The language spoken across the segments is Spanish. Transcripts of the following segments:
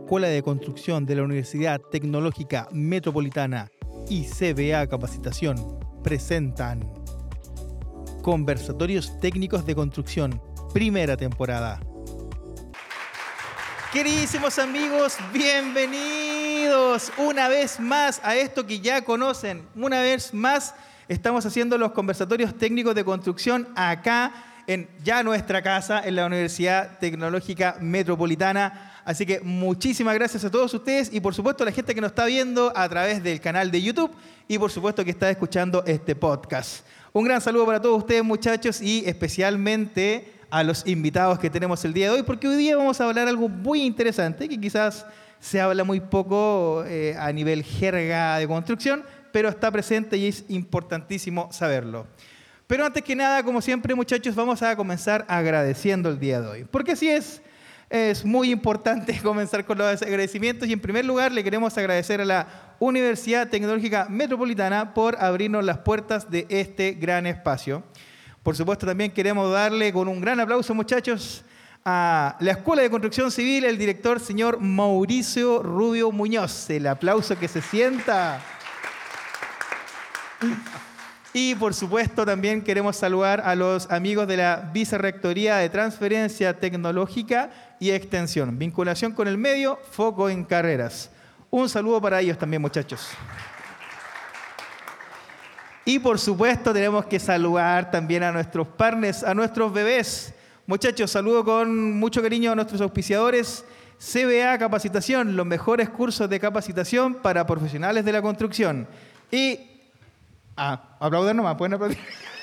Escuela de Construcción de la Universidad Tecnológica Metropolitana y CBA Capacitación presentan Conversatorios Técnicos de Construcción, primera temporada. Queridísimos amigos, bienvenidos una vez más a esto que ya conocen. Una vez más estamos haciendo los conversatorios técnicos de construcción acá en ya nuestra casa, en la Universidad Tecnológica Metropolitana. Así que muchísimas gracias a todos ustedes y por supuesto a la gente que nos está viendo a través del canal de YouTube y por supuesto que está escuchando este podcast. Un gran saludo para todos ustedes, muchachos, y especialmente a los invitados que tenemos el día de hoy, porque hoy día vamos a hablar algo muy interesante que quizás se habla muy poco a nivel jerga de construcción, pero está presente y es importantísimo saberlo. Pero antes que nada, como siempre, muchachos, vamos a comenzar agradeciendo el día de hoy, porque así es muy importante comenzar con los agradecimientos y en primer lugar le queremos agradecer a la Universidad Tecnológica Metropolitana por abrirnos las puertas de este gran espacio. Por supuesto, también queremos darle con un gran aplauso, muchachos, a la Escuela de Construcción Civil, el director, señor Mauricio Rubio Muñoz. El aplauso que se sienta. Y, por supuesto, también queremos saludar a los amigos de la Vicerrectoría de Transferencia Tecnológica y Extensión. Vinculación con el medio, foco en carreras. Un saludo para ellos también, muchachos. Y por supuesto tenemos que saludar también a nuestros partners, a nuestros bebés. Muchachos, saludo con mucho cariño a nuestros auspiciadores. CBA Capacitación, los mejores cursos de capacitación para profesionales de la construcción. Y... aplaudan nomás, pueden aplaudir.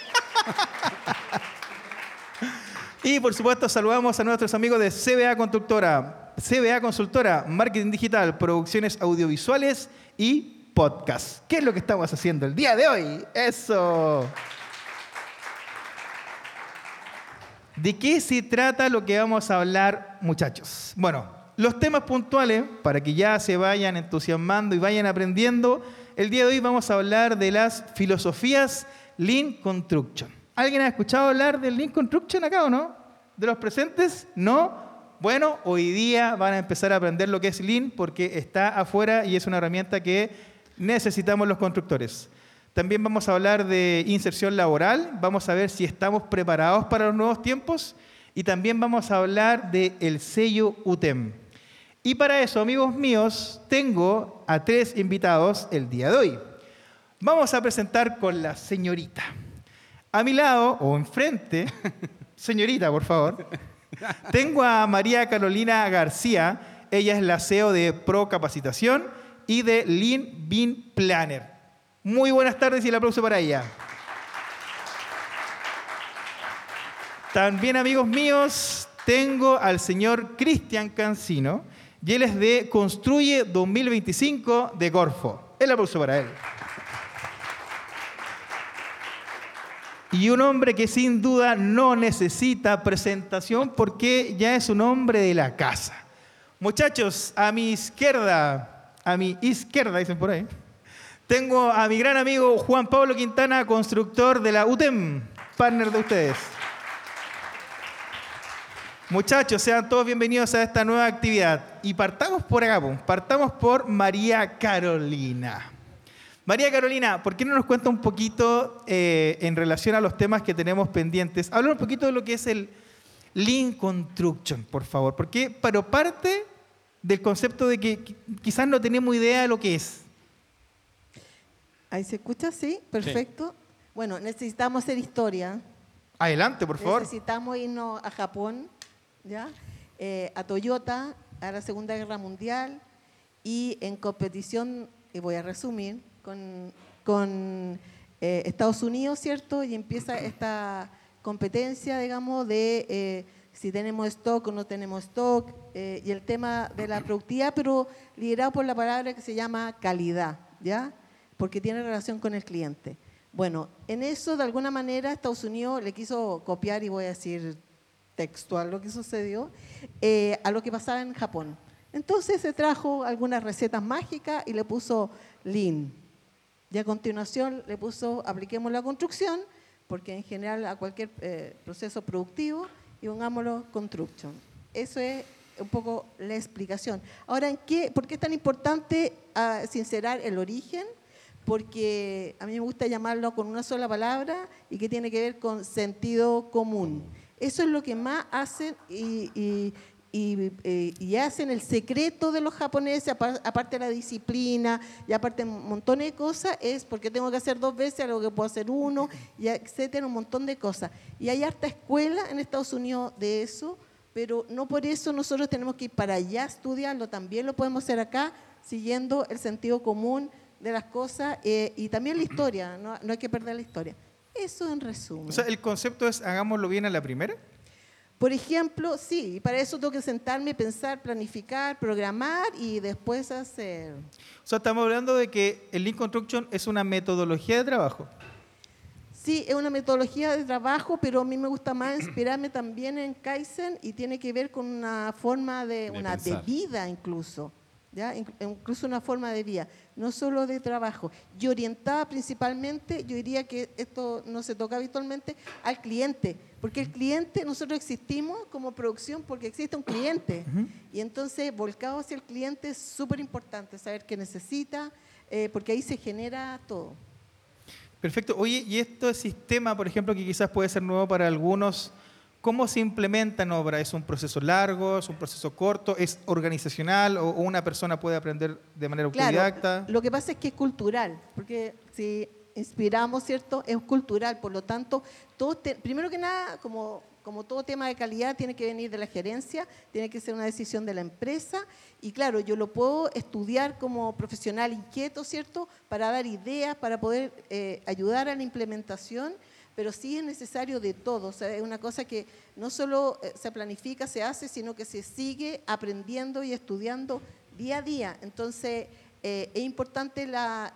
Y por supuesto saludamos a nuestros amigos de CBA Consultora, Marketing Digital, Producciones Audiovisuales y Podcast. ¿Qué es lo que estamos haciendo el día de hoy? ¡Eso! ¿De qué se trata lo que vamos a hablar, muchachos? Bueno, los temas puntuales, para que ya se vayan entusiasmando y vayan aprendiendo, el día de hoy vamos a hablar de las filosofías Lean Construction. ¿Alguien ha escuchado hablar del Lean Construction acá o no? ¿De los presentes? ¿No? Bueno, hoy día van a empezar a aprender lo que es Lean porque está afuera y es una herramienta que necesitamos los constructores. También vamos a hablar de inserción laboral, vamos a ver si estamos preparados para los nuevos tiempos y también vamos a hablar del sello UTEM. Y para eso, amigos míos, tengo a 3 invitados el día de hoy. Vamos a presentar con la señorita. A mi lado, o enfrente, señorita, por favor, tengo a María Carolina García. Ella es la CEO de Pro Capacitación y de Lean Bean Planner. Muy buenas tardes y el aplauso para ella. También, amigos míos, tengo al señor Cristian Cancino, y él es de Construye 2025 de Corfo. El aplauso para él. Y un hombre que sin duda no necesita presentación porque ya es un hombre de la casa. Muchachos, a mi izquierda, dicen por ahí, tengo a mi gran amigo Juan Pablo Quintana, constructor de la UTEM, partner de ustedes. Muchachos, sean todos bienvenidos a esta nueva actividad. Y partamos por acá, partamos por María Carolina. María Carolina, ¿por qué no nos cuenta un poquito en relación a los temas que tenemos pendientes? Habla un poquito de lo que es el Lean Construction, por favor. Porque, pero parte del concepto de que quizás no tenemos idea de lo que es. ¿Ahí se escucha? Sí, perfecto. Sí. Bueno, necesitamos hacer historia. Adelante, por favor. Necesitamos irnos a Japón, ¿ya? A Toyota, a la Segunda Guerra Mundial y en competición, y voy a resumir, con Estados Unidos, ¿cierto? Y empieza esta competencia, digamos, de si tenemos stock o no tenemos stock, y el tema de la productividad, pero liderado por la palabra que se llama calidad, ¿ya? Porque tiene relación con el cliente. Bueno, en eso, de alguna manera, Estados Unidos le quiso copiar, y voy a decir textual lo que sucedió, a lo que pasaba en Japón. Entonces se trajo algunas recetas mágicas y le puso Lean. Y a continuación le puso, apliquemos la construcción, porque en general a cualquier proceso productivo, y pongámoslo construction. Eso es un poco la explicación. Ahora, ¿por qué es tan importante sincerar el origen? Porque a mí me gusta llamarlo con una sola palabra y que tiene que ver con sentido común. Eso es lo que más hacen y hacen el secreto de los japoneses, aparte de la disciplina y aparte de un montón de cosas, es porque tengo que hacer 2 veces algo que puedo hacer 1, y etcétera, un montón de cosas. Y hay harta escuela en Estados Unidos de eso, pero no por eso nosotros tenemos que ir para allá a estudiarlo, también lo podemos hacer acá, siguiendo el sentido común de las cosas y también la historia, no hay que perder la historia. Eso en resumen. O sea, el concepto es hagámoslo bien a la primera. Por ejemplo, sí, para eso tengo que sentarme, pensar, planificar, programar y después hacer. O sea, estamos hablando de que el Lean Construction es una metodología de trabajo. Sí, es una metodología de trabajo, pero a mí me gusta más inspirarme también en Kaizen y tiene que ver con una forma de vida incluso. ¿Ya? Incluso una forma de vida, no solo de trabajo, y orientada principalmente, yo diría que esto no se toca habitualmente, al cliente, porque el cliente, nosotros existimos como producción porque existe un cliente, y entonces volcado hacia el cliente es súper importante saber qué necesita, porque ahí se genera todo. Perfecto. Oye, y este sistema, por ejemplo, que quizás puede ser nuevo para algunos, ¿cómo se implementa en obra? ¿Es un proceso largo? ¿Es un proceso corto? ¿Es organizacional? ¿O una persona puede aprender de manera autodidacta? Claro, lo que pasa es que es cultural, porque si inspiramos, ¿cierto? Es cultural, por lo tanto, primero que nada, como todo tema de calidad, tiene que venir de la gerencia, tiene que ser una decisión de la empresa, y claro, yo lo puedo estudiar como profesional inquieto, ¿cierto? Para dar ideas, para poder ayudar a la implementación, pero sí es necesario de todo, o sea, es una cosa que no solo se planifica, se hace, sino que se sigue aprendiendo y estudiando día a día. Entonces, es importante la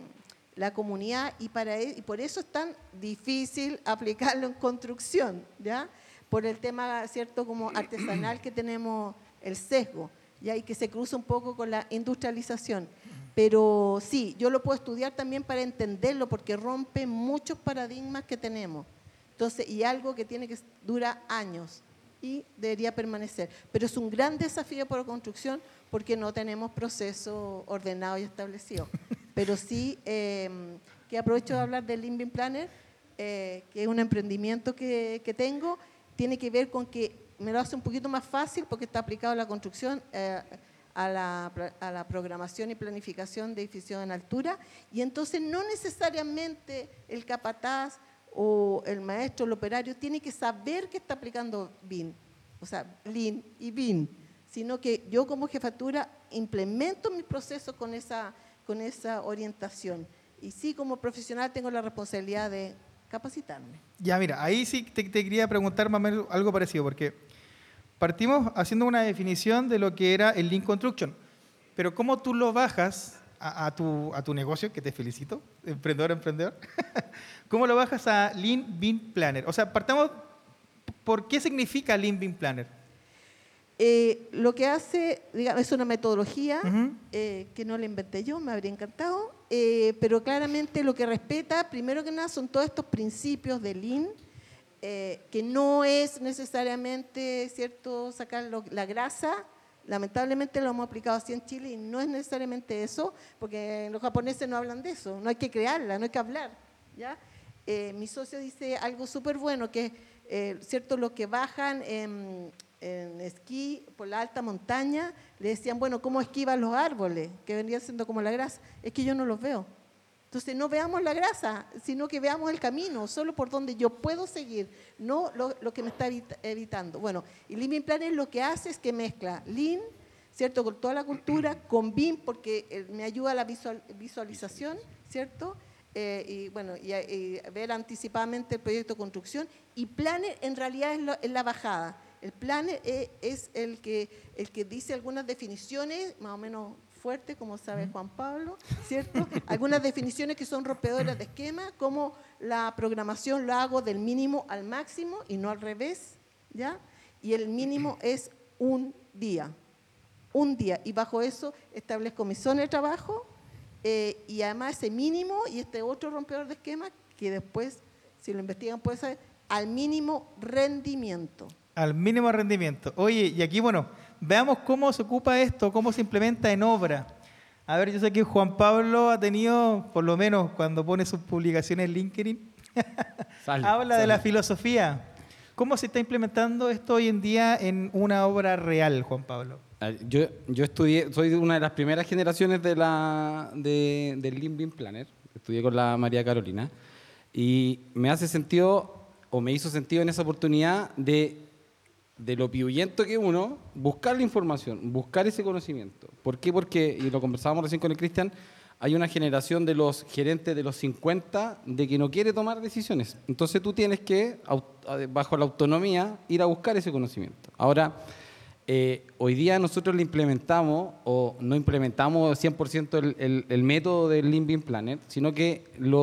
comunidad y por eso es tan difícil aplicarlo en construcción, ¿ya? Por el tema, ¿cierto?, como artesanal que tenemos el sesgo, ¿ya? Y que se cruza un poco con la industrialización. Pero sí, yo lo puedo estudiar también para entenderlo, porque rompe muchos paradigmas que tenemos. Entonces, y algo que dura años y debería permanecer. Pero es un gran desafío para la construcción porque no tenemos proceso ordenado y establecido. Pero sí, que aprovecho de hablar del Lean Bean Planner, que es un emprendimiento que tengo, tiene que ver con que me lo hace un poquito más fácil porque está aplicado a la construcción, a la programación y planificación de edificios en altura, y entonces no necesariamente el capataz o el maestro, el operario, tiene que saber que está aplicando BIM, o sea, Lean y BIM, sino que yo como jefatura implemento mis procesos con esa orientación. Y sí, como profesional tengo la responsabilidad de capacitarme. Ya, mira, ahí sí te quería preguntar más o menos algo parecido, porque partimos haciendo una definición de lo que era el Lean Construction, pero ¿cómo tú lo bajas a tu negocio, que te felicito, emprendedor? ¿Cómo lo bajas a Lean Bean Planner? O sea, partamos, ¿por qué significa Lean Bean Planner? Lo que hace, digamos, es una metodología que no la inventé yo, me habría encantado, pero claramente lo que respeta, primero que nada, son todos estos principios de Lean, que no es necesariamente, ¿cierto?, sacar la grasa. Lamentablemente lo hemos aplicado así en Chile y no es necesariamente eso, porque los japoneses no hablan de eso, no hay que crearla, no hay que hablar, ¿ya? Mi socio dice algo súper bueno, que ¿cierto?, los que bajan en esquí por la alta montaña, le decían, bueno, ¿cómo esquivan los árboles? Que vendría siendo como la grasa. Es que yo no los veo. Entonces, no veamos la grasa, sino que veamos el camino, solo por donde yo puedo seguir, no lo que me está evitando. Bueno, y Lean Bean Planner lo que hace es que mezcla Lean, ¿cierto?, con toda la cultura, con BIM, porque me ayuda a la visualización, ¿cierto?, y ver anticipadamente el proyecto de construcción. Y Planner en realidad es la bajada. El Planner es el que dice algunas definiciones, más o menos fuerte, como sabe Juan Pablo, ¿cierto? Algunas definiciones que son rompedoras de esquema, como la programación lo hago del mínimo al máximo y no al revés, ¿ya? Y el mínimo es un día, y bajo eso establezco mi zona de trabajo, y además ese mínimo y este otro rompedor de esquema, que después, si lo investigan, puede saber, al mínimo rendimiento. Al mínimo rendimiento. Oye, y aquí, bueno, veamos cómo se ocupa esto, cómo se implementa en obra. A ver, yo sé que Juan Pablo ha tenido, por lo menos cuando pone sus publicaciones en LinkedIn, habla de la filosofía. ¿Cómo se está implementando esto hoy en día en una obra real, Juan Pablo? Yo estudié, soy de una de las primeras generaciones del Lean Bean Planner. Estudié con la María Carolina. Y me hace sentido, o me hizo sentido en esa oportunidad de lo pillento que uno, buscar la información, buscar ese conocimiento. ¿Por qué? Porque, y lo conversábamos recién con el Cristian, hay una generación de los gerentes de los 50 de que no quiere tomar decisiones. Entonces tú tienes que, bajo la autonomía, ir a buscar ese conocimiento. Ahora, hoy día nosotros le implementamos, o no implementamos 100% el método del Lean Bean Planner, sino que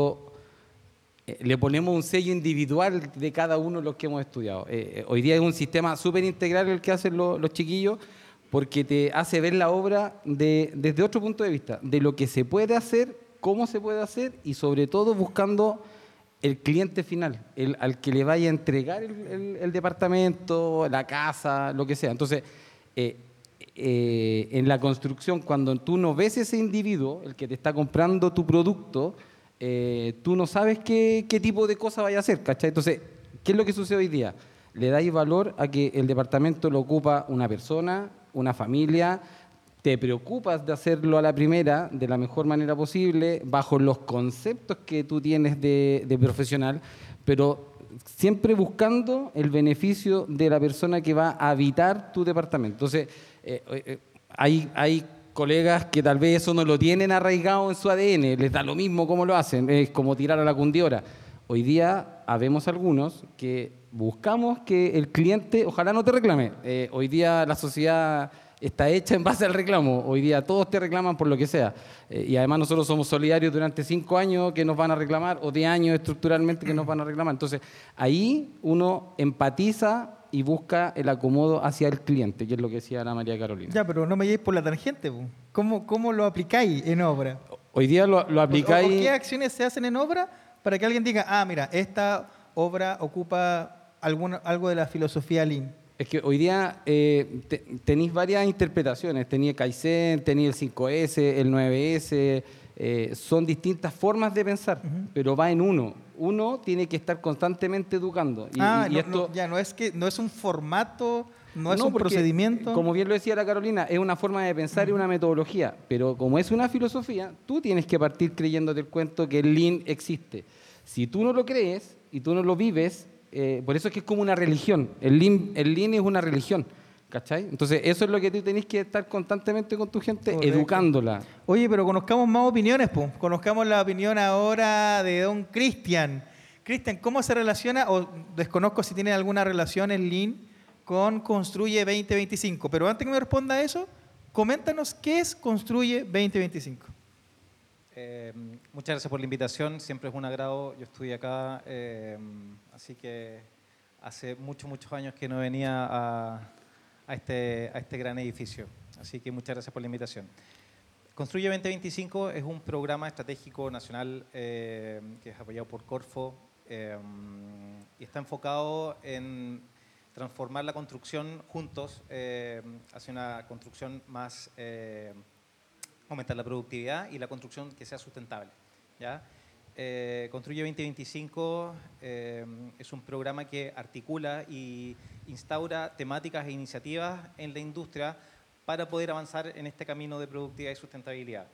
le ponemos un sello individual de cada uno de los que hemos estudiado. Hoy día es un sistema súper integral el que hacen los chiquillos, porque te hace ver la obra desde otro punto de vista, de lo que se puede hacer, cómo se puede hacer y sobre todo buscando el cliente final, al que le vaya a entregar el departamento, la casa, lo que sea. Entonces, en la construcción, cuando tú no ves ese individuo, el que te está comprando tu producto, tú no sabes qué tipo de cosa vaya a hacer, ¿cachai? Entonces, ¿qué es lo que sucede hoy día? Le dais valor a que el departamento lo ocupa una persona, una familia, te preocupas de hacerlo a la primera, de la mejor manera posible, bajo los conceptos que tú tienes de profesional, pero siempre buscando el beneficio de la persona que va a habitar tu departamento. Entonces, hay colegas que tal vez eso no lo tienen arraigado en su ADN, les da lo mismo cómo lo hacen, es como tirar a la cundiora. Hoy día habemos algunos que buscamos que el cliente, ojalá no te reclame. Hoy día la sociedad está hecha en base al reclamo. Hoy día todos te reclaman por lo que sea. Y además nosotros somos solidarios durante 5 años que nos van a reclamar, o 10 años estructuralmente que nos van a reclamar. Entonces, ahí uno empatiza y busca el acomodo hacia el cliente, que es lo que decía la María Carolina. Ya, pero no me llevéis por la tangente, po. ¿Cómo lo aplicáis en obra? Hoy día lo aplicáis... ¿O qué acciones se hacen en obra para que alguien diga, mira, esta obra ocupa algo de la filosofía Lean? Es que hoy día tenéis varias interpretaciones. Tenéis Kaizen, tenéis el 5S, el 9S. Son distintas formas de pensar, pero va en uno. Uno tiene que estar constantemente educando. No es un formato, no es un procedimiento. Como bien lo decía la Carolina, es una forma de pensar y una metodología. Pero como es una filosofía, tú tienes que partir creyéndote el cuento que el Lean existe. Si tú no lo crees y tú no lo vives, por eso es que es como una religión. El Lean es una religión, ¿cachai? Entonces, eso es lo que tú tenés que estar constantemente con tu gente, correcto, educándola. Oye, pero conozcamos más opiniones, po. Conozcamos la opinión ahora de don Cristian. Cristian, ¿cómo se relaciona, o desconozco si tiene alguna relación el Lean con Construye 2025? Pero antes que me responda a eso, coméntanos qué es Construye 2025. Muchas gracias por la invitación, siempre es un agrado. Yo estudié acá, así que hace muchos años que no venía a este gran edificio. Así que muchas gracias por la invitación. Construye 2025 es un programa estratégico nacional que es apoyado por Corfo y está enfocado en transformar la construcción juntos hacia una construcción más... aumentar la productividad y la construcción que sea sustentable, ¿ya? Construye 2025 es un programa que articula y instaura temáticas e iniciativas en la industria para poder avanzar en este camino de productividad y sustentabilidad.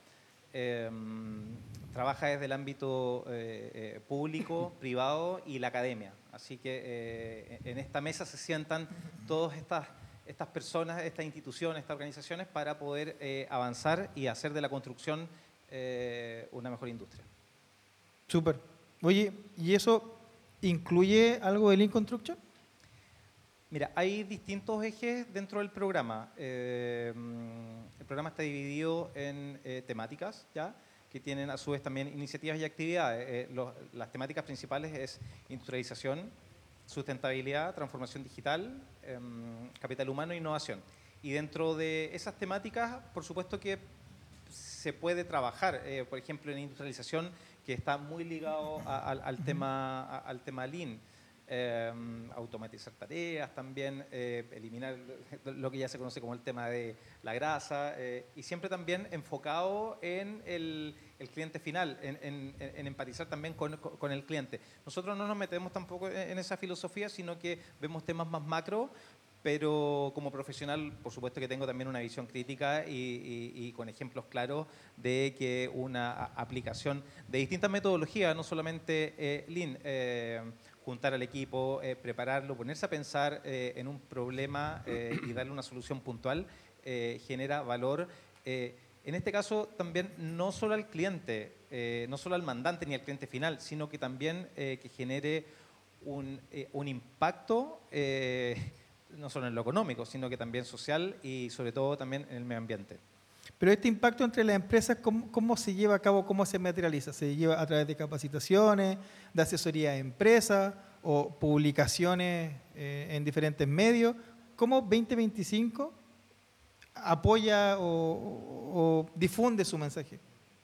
Trabaja desde el ámbito público, privado y la academia. Así que en esta mesa se sientan todas estas personas, estas instituciones, estas organizaciones para poder avanzar y hacer de la construcción una mejor industria. Súper. Oye, ¿y eso incluye algo de Lean Construction? Mira, hay distintos ejes dentro del programa. El programa está dividido en temáticas, ¿ya?, que tienen a su vez también iniciativas y actividades. Las temáticas principales es industrialización, sustentabilidad, transformación digital, capital humano e innovación. Y dentro de esas temáticas, por supuesto que se puede trabajar, por ejemplo, en industrialización, que está muy ligado al tema Lean. automatizar tareas también, eliminar lo que ya se conoce como el tema de la grasa, y siempre también enfocado en el cliente final, en empatizar también con el cliente. Nosotros no nos metemos tampoco en esa filosofía, sino que vemos temas más macro, pero como profesional, por supuesto que tengo también una visión crítica y con ejemplos claros de que una aplicación de distintas metodologías, no solamente Lean, juntar al equipo, prepararlo, ponerse a pensar en un problema y darle una solución puntual, genera valor. En este caso también no solo al cliente, no solo al mandante ni al cliente final, sino que también que genere un impacto no solo en lo económico, sino que también social y sobre todo también en el medio ambiente. Pero este impacto entre las empresas, ¿cómo se lleva a cabo, cómo se materializa? ¿Se lleva a través de capacitaciones, de asesoría a empresas o publicaciones en diferentes medios? ¿Cómo 2025 apoya o difunde su mensaje?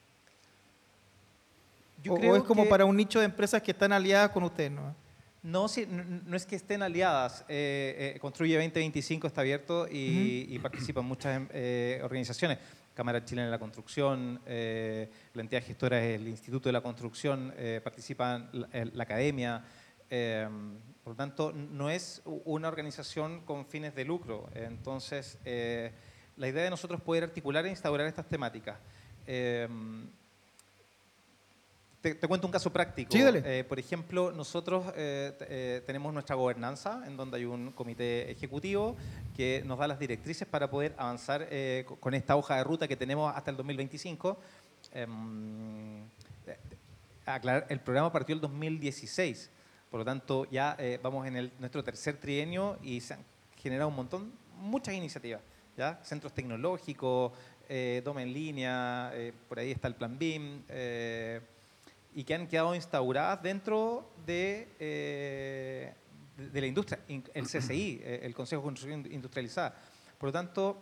¿O es como para un nicho de empresas que están aliadas con ustedes, no? No, sí, no es que estén aliadas. Construye 2025 está abierto y participan muchas organizaciones. Cámara Chilena de la Construcción, la entidad gestora es el Instituto de la Construcción, participan la academia. Por lo tanto, no es una organización con fines de lucro. Entonces, la idea de nosotros es poder articular e instaurar estas temáticas. Te cuento un caso práctico. Sí, dale. Por ejemplo, nosotros tenemos nuestra gobernanza, en donde hay un comité ejecutivo que nos da las directrices para poder avanzar con esta hoja de ruta que tenemos hasta el 2025. Aclarar, el programa partió el 2016, por lo tanto ya vamos en nuestro tercer trienio y se han generado muchas iniciativas, ¿ya? Centros tecnológicos, Doma en línea, por ahí está el Plan BIM, y que han quedado instauradas dentro de la industria, el CSI, el Consejo de Construcción Industrializada. Por lo tanto,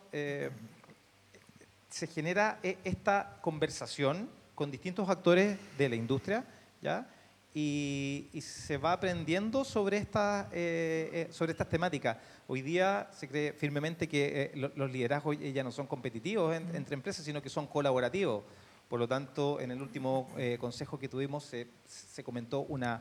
se genera esta conversación con distintos actores de la industria, ¿ya? Y se va aprendiendo sobre estas temáticas. Hoy día se cree firmemente que los liderazgos ya no son competitivos entre empresas, sino que son colaborativos. Por lo tanto, en el último consejo que tuvimos se comentó una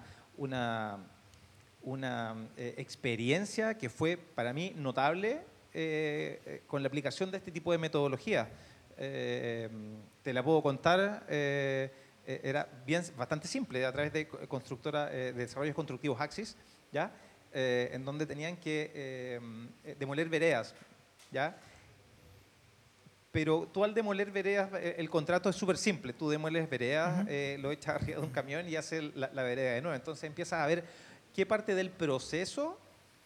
experiencia que fue para mí notable con la aplicación de este tipo de metodología. Te la puedo contar, era bastante simple, a través de constructora de desarrollos constructivos Axis, ¿ya? En donde tenían que demoler veredas, ¿ya? Pero tú al demoler veredas, el contrato es súper simple. Tú demueles veredas, lo echas arriba de un camión y haces la vereda de nuevo. Entonces empiezas a ver qué parte del proceso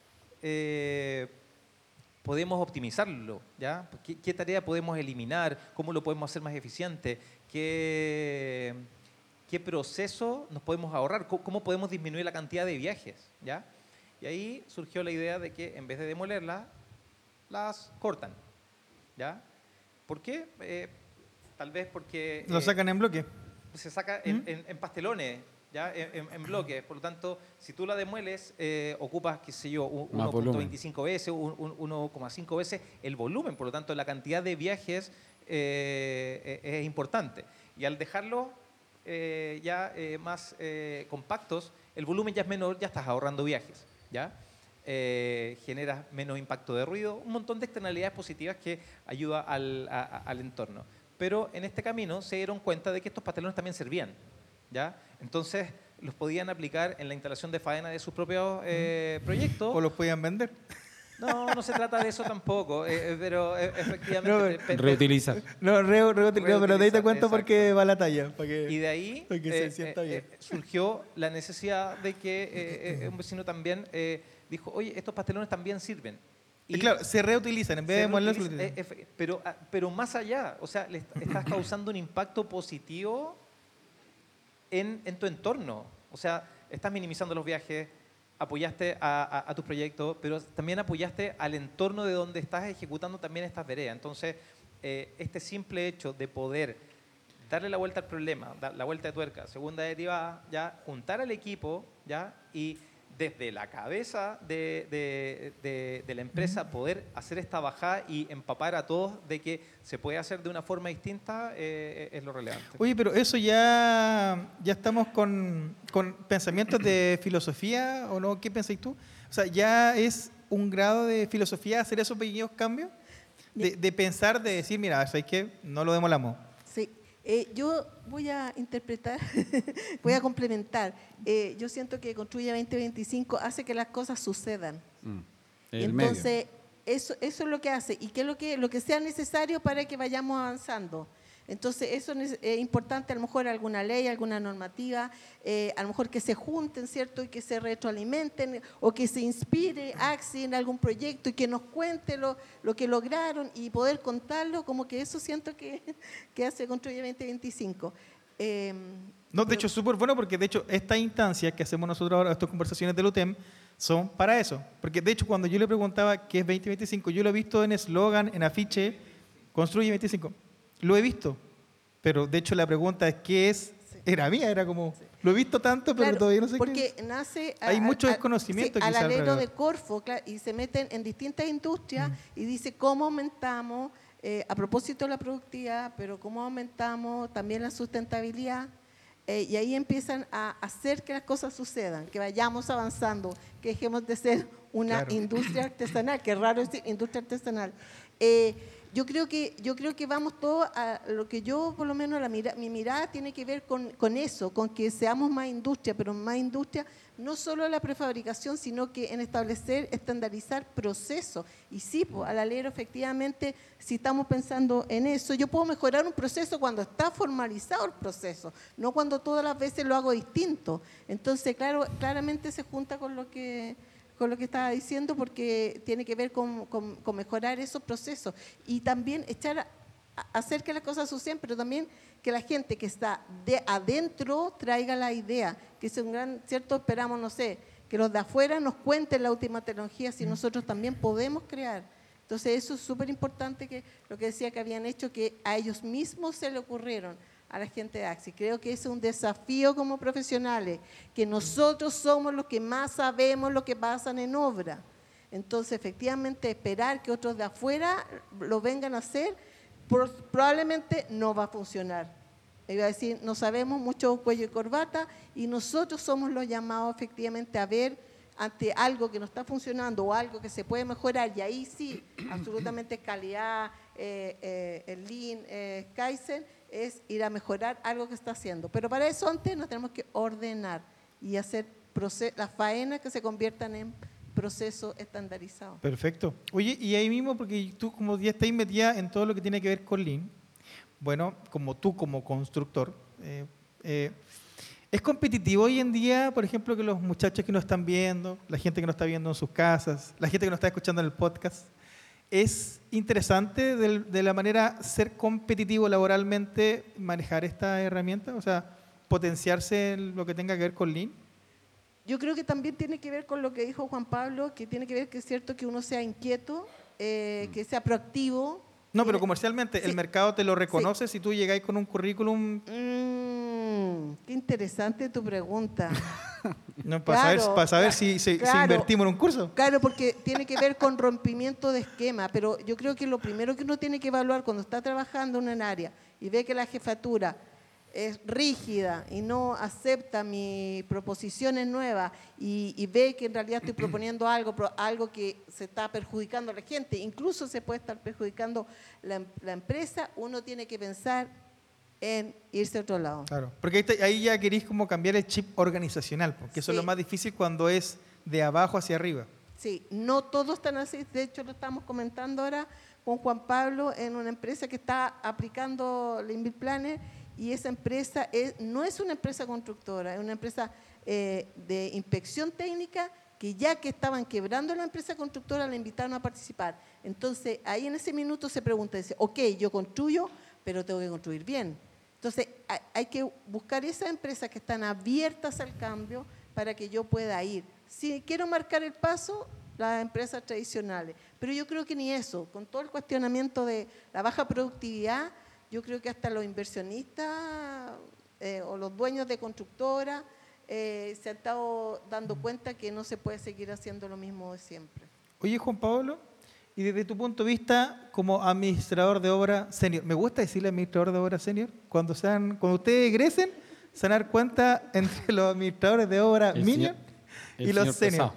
podemos optimizarlo, ¿ya? ¿Qué tarea podemos eliminar? ¿Cómo lo podemos hacer más eficiente? ¿Qué proceso nos podemos ahorrar? ¿Cómo podemos disminuir la cantidad de viajes? ¿Ya? Y ahí surgió la idea de que en vez de demolerlas, las cortan, ¿ya? ¿Por qué? Tal vez porque... ¿Lo sacan en bloque? Se saca en pastelones, ¿ya? En bloques. Por lo tanto, si tú la demueles, ocupas, qué sé yo, 1.25 veces, 1.5 veces el volumen. Por lo tanto, la cantidad de viajes es importante. Y al dejarlo más compactos, el volumen ya es menor, ya estás ahorrando viajes, ¿ya? Generas menos impacto de ruido, un montón de externalidades positivas que ayuda al entorno. Pero en este camino se dieron cuenta de que estos pastelones también servían, ¿ya? Entonces los podían aplicar en la instalación de faena de sus propios proyectos. ¿O los podían vender? No se trata de eso tampoco, pero efectivamente... Reutilizar. No, pero de ahí te cuento exacto. por qué va la talla. Y de ahí se sienta bien. surgió la necesidad de que un vecino también dijo, oye, estos pastelones también sirven. Y claro, se reutilizan en vez de demolerlos. Pero más allá, o sea, le estás causando un impacto positivo en tu entorno. O sea, estás minimizando los viajes, apoyaste a tus proyectos, pero también apoyaste al entorno de donde estás ejecutando también estas veredas. Entonces, este simple hecho de poder darle la vuelta al problema, dar la vuelta de tuerca, segunda derivada, ya juntar al equipo, ya, y desde la cabeza de la empresa poder hacer esta bajada y empapar a todos de que se puede hacer de una forma distinta es lo relevante. Oye, pero eso ya estamos con pensamientos de filosofía, ¿o no? ¿Qué pensáis tú? O sea, ¿ya es un grado de filosofía hacer esos pequeños cambios? De pensar, de decir, mira, ¿sabes qué? No lo demolamos. Sí, yo voy a interpretar, voy a complementar. Yo siento que Construye 2025 hace que las cosas sucedan. Y entonces, eso es lo que hace y que es lo que sea necesario para que vayamos avanzando. Entonces, eso es importante, a lo mejor alguna ley, alguna normativa, a lo mejor que se junten, ¿cierto? Y que se retroalimenten o que se inspire Axi en algún proyecto y que nos cuente lo que lograron y poder contarlo, como que eso siento que hace Construye 2025. No, de hecho es súper bueno porque de hecho estas instancias que hacemos nosotros ahora, estas conversaciones del UTEM, son para eso. Porque de hecho cuando yo le preguntaba qué es 2025, yo lo he visto en eslogan, en afiche, Construye 25. Lo he visto, pero de hecho la pregunta es ¿qué es? Era mía, era como, lo he visto tanto, pero claro, todavía no sé porque qué. nace Hay mucho desconocimiento al quizá alero alrededor. de Corfo, y se meten en distintas industrias y dice cómo aumentamos, a propósito de la productividad, pero cómo aumentamos también la sustentabilidad. Y ahí empiezan a hacer que las cosas sucedan, que vayamos avanzando, que dejemos de ser una industria artesanal, que es raro decir industria artesanal. Yo creo que vamos todos a lo que yo, por lo menos, mi mirada tiene que ver con eso, con que seamos más industria, pero más industria no solo en la prefabricación, sino que en establecer, estandarizar procesos. Y sí, pues, al alero, efectivamente, si estamos pensando en eso, yo puedo mejorar un proceso cuando está formalizado el proceso, no cuando todas las veces lo hago distinto. Entonces, claramente se junta con lo que estaba diciendo, porque tiene que ver con mejorar esos procesos y también hacer que las cosas sucedan, pero también que la gente que está de adentro traiga la idea, que es un gran, ¿cierto? Esperamos, no sé, que los de afuera nos cuenten la última tecnología, si nosotros también podemos crear. Entonces eso es súper importante, que lo que decía que habían hecho, que a ellos mismos se le ocurrieron a la gente de Axi. Creo que es un desafío como profesionales, que nosotros somos los que más sabemos lo que pasa en obra. Entonces, efectivamente, esperar que otros de afuera lo vengan a hacer, probablemente no va a funcionar. Iba a decir, no sabemos mucho cuello y corbata, y nosotros somos los llamados efectivamente a ver ante algo que no está funcionando o algo que se puede mejorar, y ahí sí, absolutamente calidad, el Lean, Kaizen, es ir a mejorar algo que está haciendo. Pero para eso antes nos tenemos que ordenar y hacer las faenas que se conviertan en procesos estandarizados. Perfecto. Oye, y ahí mismo, porque tú como ya estás metida en todo lo que tiene que ver con Lean, bueno, como tú como constructor, ¿es competitivo hoy en día, por ejemplo, que los muchachos que nos están viendo, la gente que nos está viendo en sus casas, la gente que nos está escuchando en el podcast, es interesante de la manera ser competitivo laboralmente, manejar esta herramienta? O sea, potenciarse en lo que tenga que ver con Lean. Yo creo que también tiene que ver con lo que dijo Juan Pablo, que tiene que ver que es cierto que uno sea inquieto, que sea proactivo. No, pero comercialmente, sí. El mercado te lo reconoce si tú llegáis con un currículum. Qué interesante tu pregunta. No, para saber si invertimos en un curso. Claro, porque tiene que ver con rompimiento de esquema, pero yo creo que lo primero que uno tiene que evaluar cuando está trabajando en un área y ve que la jefatura es rígida y no acepta mis proposiciones nuevas y ve que en realidad estoy proponiendo algo que se está perjudicando a la gente, incluso se puede estar perjudicando la empresa, uno tiene que pensar en irse a otro lado. Claro, porque ahí ya queréis como cambiar el chip organizacional, porque eso es lo más difícil cuando es de abajo hacia arriba. Sí, no todos están así, de hecho lo estamos comentando ahora con Juan Pablo en una empresa que está aplicando Lean Build Planner, y esa empresa no es una empresa constructora, es una empresa de inspección técnica, que ya que estaban quebrando la empresa constructora la invitaron a participar. Entonces ahí en ese minuto se pregunta, dice, ok, yo construyo, pero tengo que construir bien. Entonces hay que buscar esas empresas que están abiertas al cambio para que yo pueda ir. Si quiero marcar el paso, las empresas tradicionales, pero yo creo que ni eso, con todo el cuestionamiento de la baja productividad, yo creo que hasta los inversionistas o los dueños de constructoras se han estado dando cuenta que no se puede seguir haciendo lo mismo de siempre. Oye, Juan Pablo, y desde tu punto de vista como administrador de obra senior, me gusta decirle administrador de obra senior, cuando ustedes egresen, se van a dar cuenta entre los administradores de obra minion y los senior.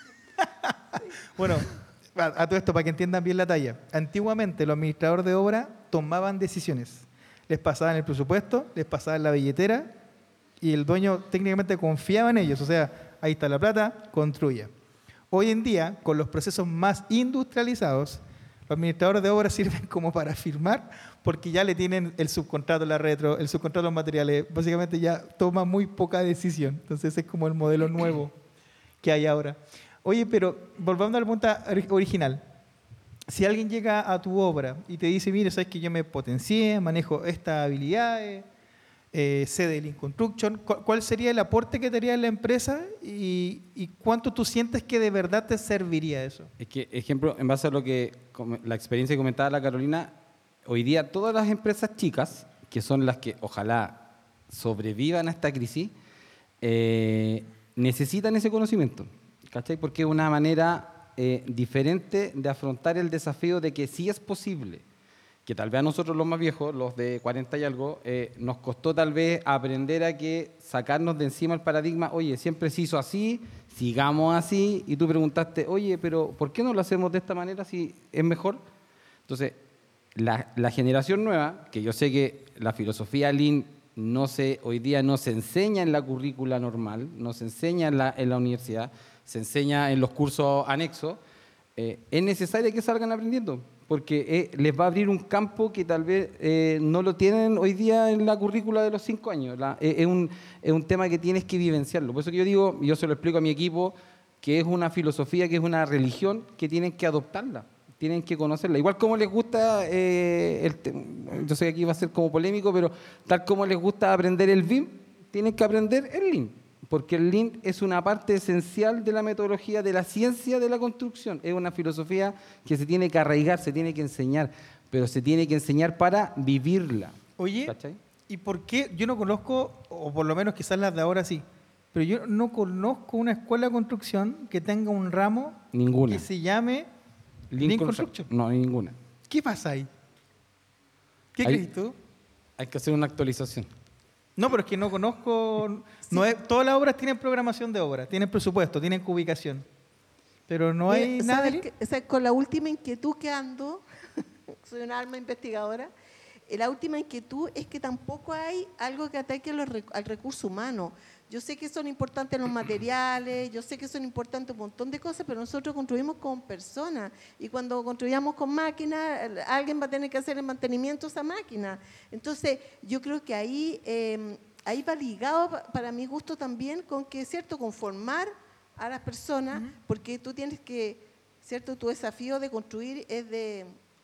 Bueno, a todo esto, para que entiendan bien la talla. Antiguamente los administradores de obra tomaban decisiones. Les pasaban el presupuesto, les pasaban la billetera y el dueño técnicamente confiaba en ellos. O sea, ahí está la plata, construya. Hoy en día, con los procesos más industrializados, los administradores de obra sirven como para firmar porque ya le tienen el subcontrato, la retro, el subcontrato de los materiales. Básicamente ya toma muy poca decisión. Entonces es como el modelo nuevo que hay ahora. Oye, pero volvamos a la pregunta original. Si alguien llega a tu obra y te dice, mire, sabes que yo me potencié, manejo estas habilidades, sé de Lean Construction, ¿cuál sería el aporte que te haría la empresa y cuánto tú sientes que de verdad te serviría eso? Es que, ejemplo, en base a la experiencia que comentaba la Carolina, hoy día todas las empresas chicas, que son las que ojalá sobrevivan a esta crisis, necesitan ese conocimiento, ¿cachai? Porque es una manera diferente de afrontar el desafío de que sí es posible, que tal vez a nosotros los más viejos, los de 40 y algo, nos costó tal vez aprender a sacarnos de encima el paradigma, oye, siempre se hizo así, sigamos así, y tú preguntaste, oye, pero ¿por qué no lo hacemos de esta manera si es mejor? Entonces, la generación nueva, que yo sé que la filosofía Lean hoy día no se enseña en la currícula normal, no se enseña en la universidad, se enseña en los cursos anexos, es necesario que salgan aprendiendo, porque les va a abrir un campo que tal vez no lo tienen hoy día en la currícula de los 5 años. Es un tema que tienes que vivenciarlo. Por eso que yo digo, yo se lo explico a mi equipo, que es una filosofía, que es una religión, que tienen que adoptarla, tienen que conocerla. Igual como les gusta, yo sé que aquí va a ser como polémico, pero tal como les gusta aprender el BIM, tienen que aprender el Lean. Porque el Lean es una parte esencial de la metodología, de la ciencia de la construcción. Es una filosofía que se tiene que arraigar, se tiene que enseñar, pero se tiene que enseñar para vivirla. Oye, ¿cachai? ¿Y por qué? Yo no conozco, o por lo menos quizás las de ahora sí, pero yo no conozco una escuela de construcción que tenga un ramo Ninguna. que se llame Lean Construction. No, ninguna. ¿Qué pasa ahí? ¿Qué crees tú? Hay que hacer una actualización. No, pero es que no conozco. No es, todas las obras tienen programación de obra, tienen presupuesto, tienen ubicación. Pero no hay nada de Lean. O sea, con la última inquietud que ando, soy una alma investigadora, la última inquietud es que tampoco hay algo que ataque al recurso humano. Yo sé que son importantes los materiales, yo sé que son importantes un montón de cosas, pero nosotros construimos con personas y cuando construyamos con máquinas, alguien va a tener que hacer el mantenimiento de esa máquina. Entonces, yo creo que ahí va ligado, para mi gusto también, con que, ¿cierto?, conformar a las personas, porque tú tienes que, ¿cierto?, tu desafío de construir es de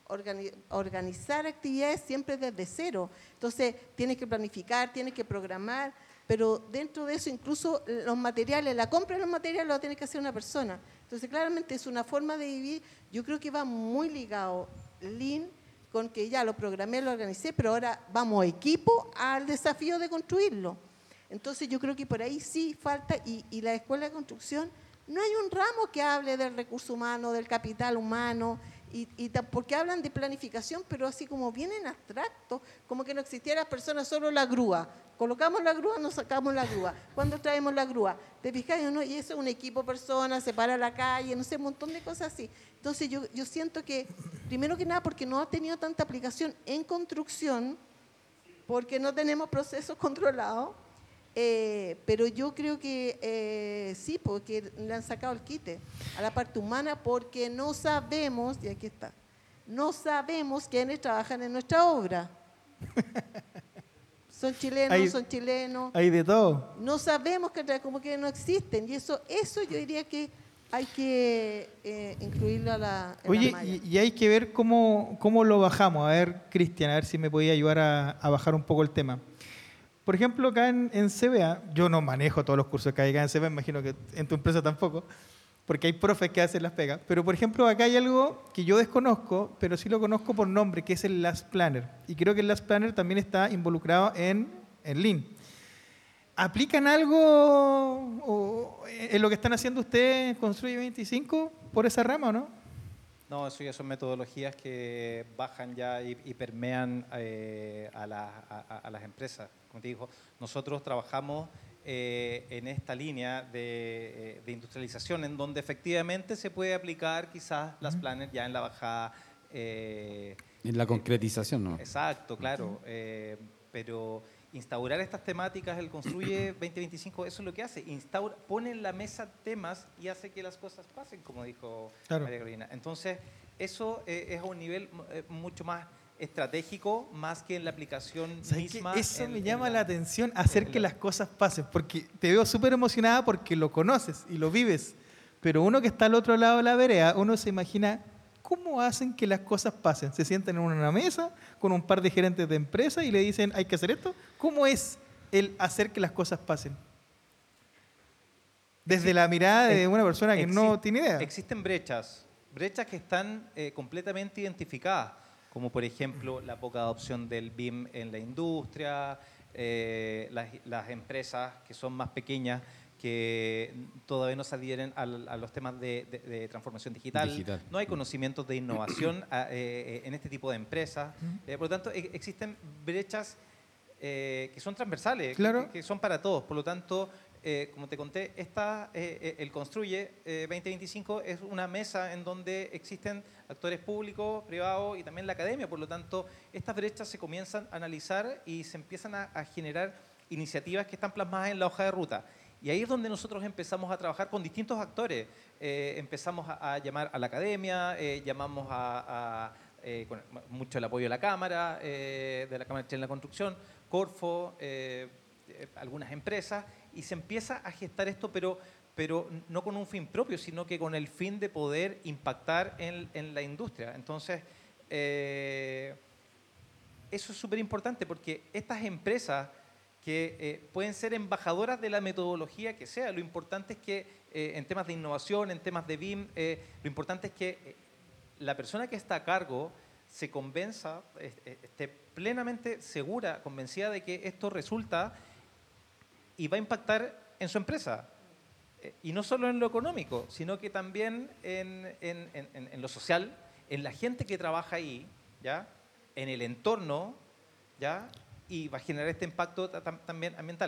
organizar actividades siempre desde cero. Entonces, tienes que planificar, tienes que programar, pero dentro de eso incluso los materiales, la compra de los materiales lo tiene que hacer una persona. Entonces, claramente es una forma de vivir, yo creo que va muy ligado Lean con que ya lo programé, lo organicé, pero ahora vamos equipo al desafío de construirlo. Entonces, yo creo que por ahí sí falta, y la escuela de construcción, no hay un ramo que hable del recurso humano, del capital humano, porque hablan de planificación, pero así como bien en abstracto, como que no existiera personas, solo la grúa. Colocamos la grúa, nos sacamos la grúa. ¿Cuándo traemos la grúa? ¿Te fijas? ¿No? Y eso es un equipo de personas, se para la calle, no sé, un montón de cosas así. Entonces yo siento que, primero que nada, porque no ha tenido tanta aplicación en construcción, porque no tenemos procesos controlados, pero yo creo que sí, porque le han sacado el quite a la parte humana, porque no sabemos, y aquí está, no sabemos quiénes trabajan en nuestra obra. Son chilenos, son chilenos. Hay de todo. No sabemos como que no existen, y eso yo diría que hay que incluirlo en la malla. Y hay que ver cómo lo bajamos. A ver, Cristian, a ver si me podía ayudar a bajar un poco el tema. Por ejemplo, acá en CBA, yo no manejo todos los cursos que hay acá en CBA, imagino que en tu empresa tampoco, porque hay profes que hacen las pegas. Pero, por ejemplo, acá hay algo que yo desconozco, pero sí lo conozco por nombre, que es el Last Planner. Y creo que el Last Planner también está involucrado en Lean. ¿Aplican algo en lo que están haciendo ustedes en Construye 25 por esa rama o no? No, eso ya son metodologías que bajan ya y permean a las empresas. Como te digo, nosotros trabajamos en esta línea de industrialización, en donde efectivamente se puede aplicar quizás las planners ya en la bajada. En la concretización, ¿no? Exacto, claro. Pero instaurar estas temáticas, el Construye 2025, eso es lo que hace. Pone en la mesa temas y hace que las cosas pasen, como dijo María Carolina. Entonces, eso es a un nivel mucho más estratégico, más que en la aplicación misma. Eso me llama la atención, hacer que las cosas pasen, porque te veo súper emocionada porque lo conoces y lo vives, pero uno que está al otro lado de la vereda, uno se imagina cómo hacen que las cosas pasen. Se sientan en una mesa con un par de gerentes de empresa y le dicen, hay que hacer esto. ¿Cómo es el hacer que las cosas pasen? Desde la mirada de una persona que no tiene idea. Existen brechas que están completamente identificadas, como por ejemplo la poca adopción del BIM en la industria, las empresas que son más pequeñas que todavía no se adhieren a los temas de transformación digital. No hay conocimientos de innovación en este tipo de empresas. Por lo tanto, existen brechas que son transversales, claro, que son para todos. Por lo tanto, como te conté, el Construye 2025 es una mesa en donde existen actores públicos, privados y también la academia. Por lo tanto, estas brechas se comienzan a analizar y se empiezan a generar iniciativas que están plasmadas en la hoja de ruta. Y ahí es donde nosotros empezamos a trabajar con distintos actores. Empezamos a llamar a la academia, llamamos con mucho el apoyo de la Cámara, de la Cámara de la Construcción, Corfo, algunas empresas, y se empieza a gestar esto, pero no con un fin propio, sino que con el fin de poder impactar en la industria. Entonces, eso es súper importante porque estas empresas que pueden ser embajadoras de la metodología que sea. Lo importante es que en temas de innovación, en temas de BIM, lo importante es que la persona que está a cargo se convenza, esté plenamente segura, convencida de que esto resulta y va a impactar en su empresa. Y no solo en lo económico, sino que también en lo social, en la gente que trabaja ahí, ¿ya? En el entorno, ¿ya? Y va a generar este impacto también ambiental.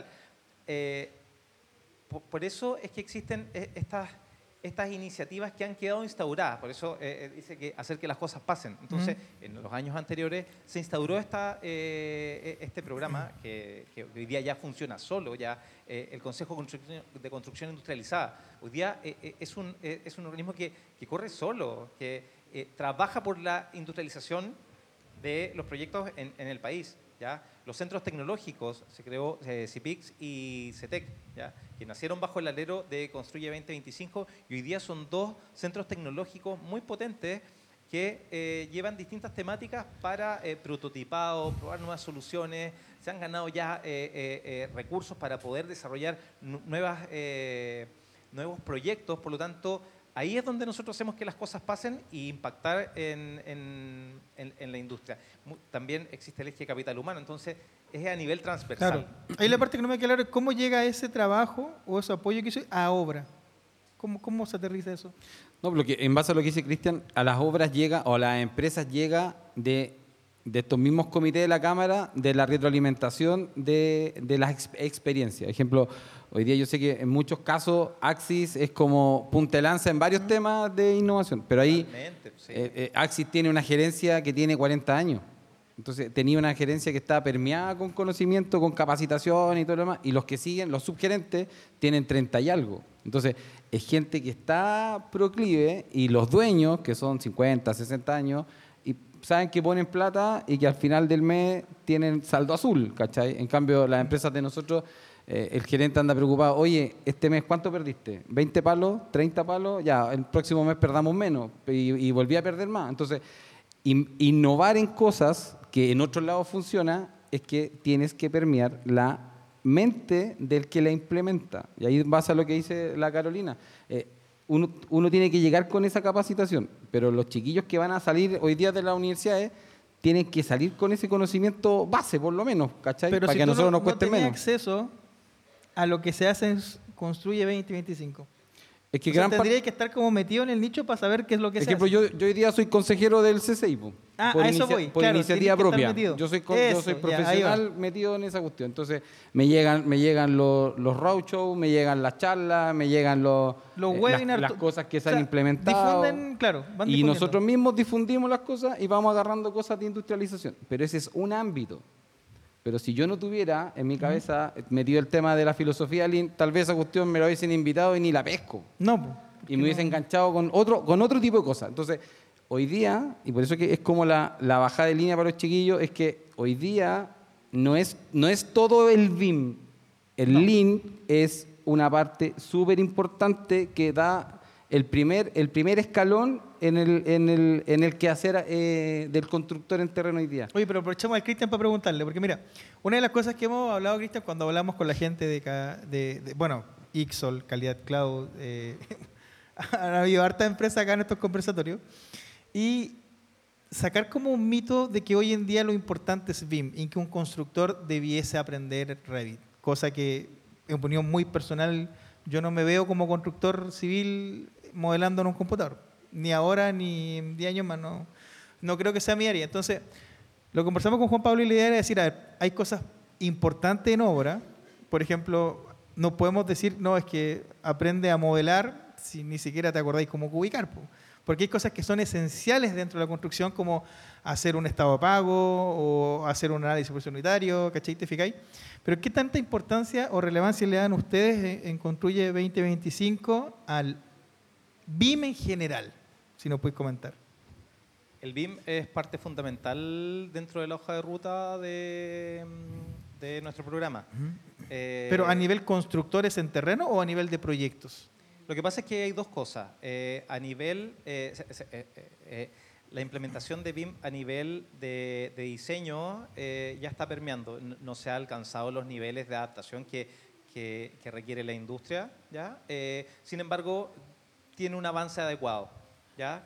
Por eso es que existen estas iniciativas que han quedado instauradas. Por eso dice que hacer que las cosas pasen. Entonces, en los años anteriores se instauró este programa que hoy día ya funciona solo, ya el Consejo de Construcción Industrializada. Hoy día es un organismo que corre solo, que trabaja por la industrialización de los proyectos en el país, ¿ya? Los centros tecnológicos, se creó CIPIX y CETEC, ¿ya? Que nacieron bajo el alero de Construye 2025 y hoy día son dos centros tecnológicos muy potentes que llevan distintas temáticas para prototipado, probar nuevas soluciones. Se han ganado ya recursos para poder desarrollar nuevos proyectos. Por lo tanto, ahí es donde nosotros hacemos que las cosas pasen y impactar en la industria. También existe el eje de capital humano, entonces es a nivel transversal. Claro. Ahí la parte que no me queda claro es cómo llega ese trabajo o ese apoyo que hizo a obra. ¿Cómo se aterriza eso? No, porque en base a lo que dice Cristian, a las obras llega o a las empresas llega de estos mismos comités de la Cámara, de la retroalimentación de las experiencias. Por ejemplo, hoy día yo sé que en muchos casos Axis es como punta de lanza en varios temas de innovación, pero ahí sí. Axis tiene una gerencia que tiene 40 años. Entonces tenía una gerencia que está permeada con conocimiento, con capacitación y todo lo demás, y los que siguen, los subgerentes, tienen 30 y algo. Entonces es gente que está proclive y los dueños, que son 50, 60 años, y saben que ponen plata y que al final del mes tienen saldo azul, ¿cachai? En cambio, las empresas de nosotros, el gerente anda preocupado, oye, este mes ¿cuánto perdiste? ¿20 palos? ¿30 palos? Ya, el próximo mes perdamos menos y volví a perder más. Entonces, innovar en cosas que en otros lados funciona es que tienes que permear la mente del que la implementa. Y ahí vas a lo que dice la Carolina. Uno tiene que llegar con esa capacitación, pero los chiquillos que van a salir hoy día de las universidades tienen que salir con ese conocimiento base, por lo menos, ¿cachai? Pero para si que a tú nosotros nos no cueste tenías menos. acceso a lo que se hace en Construye 2025? Es que O sea, gran tendría parte... que estar como metido en el nicho para saber qué es lo que se Ejemplo, hace. yo hoy día soy consejero del CCI, po, Ah, a eso voy, por claro, iniciativa tienes que estar propia. metido. Yo soy Eso, ya, ahí profesional metido en esa cuestión. Entonces, me llegan los roadshows, me llegan las charlas, me llegan Los webinars, las cosas que se o sea, han implementado. difunden, claro, van y difundiendo. nosotros mismos difundimos las cosas y vamos agarrando cosas de industrialización. Pero ese es un ámbito. Pero si yo no tuviera en mi cabeza metido el tema de la filosofía Lean, tal vez esa cuestión me lo hubiesen invitado y ni la pesco. No, po, Y me hubiese enganchado con otro tipo de cosas. Entonces, hoy día, y por eso que es como la bajada de línea para los chiquillos, es que hoy día no es todo el BIM. El Lean es una parte súper importante que da el primer escalón en el quehacer del constructor en terreno hoy día. Oye, pero aprovechamos al Cristian para preguntarle, porque mira, una de las cosas que hemos hablado, Cristian, cuando hablamos con la gente de Ixol, Calidad Cloud, han habido hartas empresas acá en estos conversatorios, y sacar como un mito de que hoy en día lo importante es BIM y que un constructor debiese aprender Revit, cosa que, en opinión muy personal, yo no me veo como constructor civil modelando en un computador, ni ahora ni en 10 años más, no creo que sea mi área. Entonces, lo conversamos con Juan Pablo y la idea era decir, a ver, hay cosas importantes en obra, por ejemplo, no podemos decir, no, es que aprende a modelar si ni siquiera te acordáis cómo ubicar, porque hay cosas que son esenciales dentro de la construcción, como hacer un estado de pago o hacer un análisis unitario, ¿cachai? ¿Te fijáis? Pero ¿qué tanta importancia o relevancia le dan ustedes en Construye 2025 al BIM en general? Si nos puedes comentar. El BIM es parte fundamental dentro de la hoja de ruta de nuestro programa. ¿Pero a nivel constructores en terreno o a nivel de proyectos? Lo que pasa es que hay dos cosas. A nivel, la implementación de BIM a nivel de diseño ya está permeando. No se ha alcanzado los niveles de adaptación que requiere la industria, ¿ya? Sin embargo, tiene un avance adecuado, ¿ya?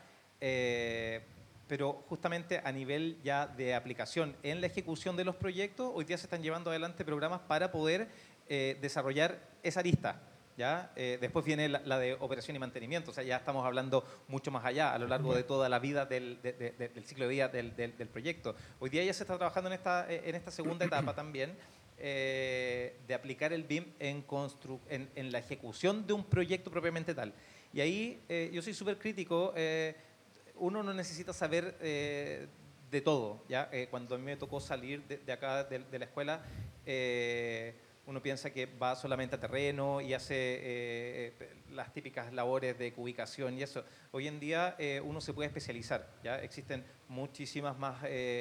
Pero justamente a nivel ya de aplicación en la ejecución de los proyectos, hoy día se están llevando adelante programas para poder desarrollar esa arista, ¿ya? Después viene la de operación y mantenimiento, o sea, ya estamos hablando mucho más allá, a lo largo de toda la vida del ciclo de vida del proyecto. Hoy día ya se está trabajando en esta segunda etapa también, de aplicar el BIM en la ejecución de un proyecto propiamente tal. Y ahí yo soy súper crítico. Uno no necesita saber de todo, ¿ya? Cuando a mí me tocó salir de acá de la escuela, uno piensa que va solamente a terreno y hace las típicas labores de ubicación y eso. Hoy en día uno se puede especializar, ¿ya? Existen muchísimas más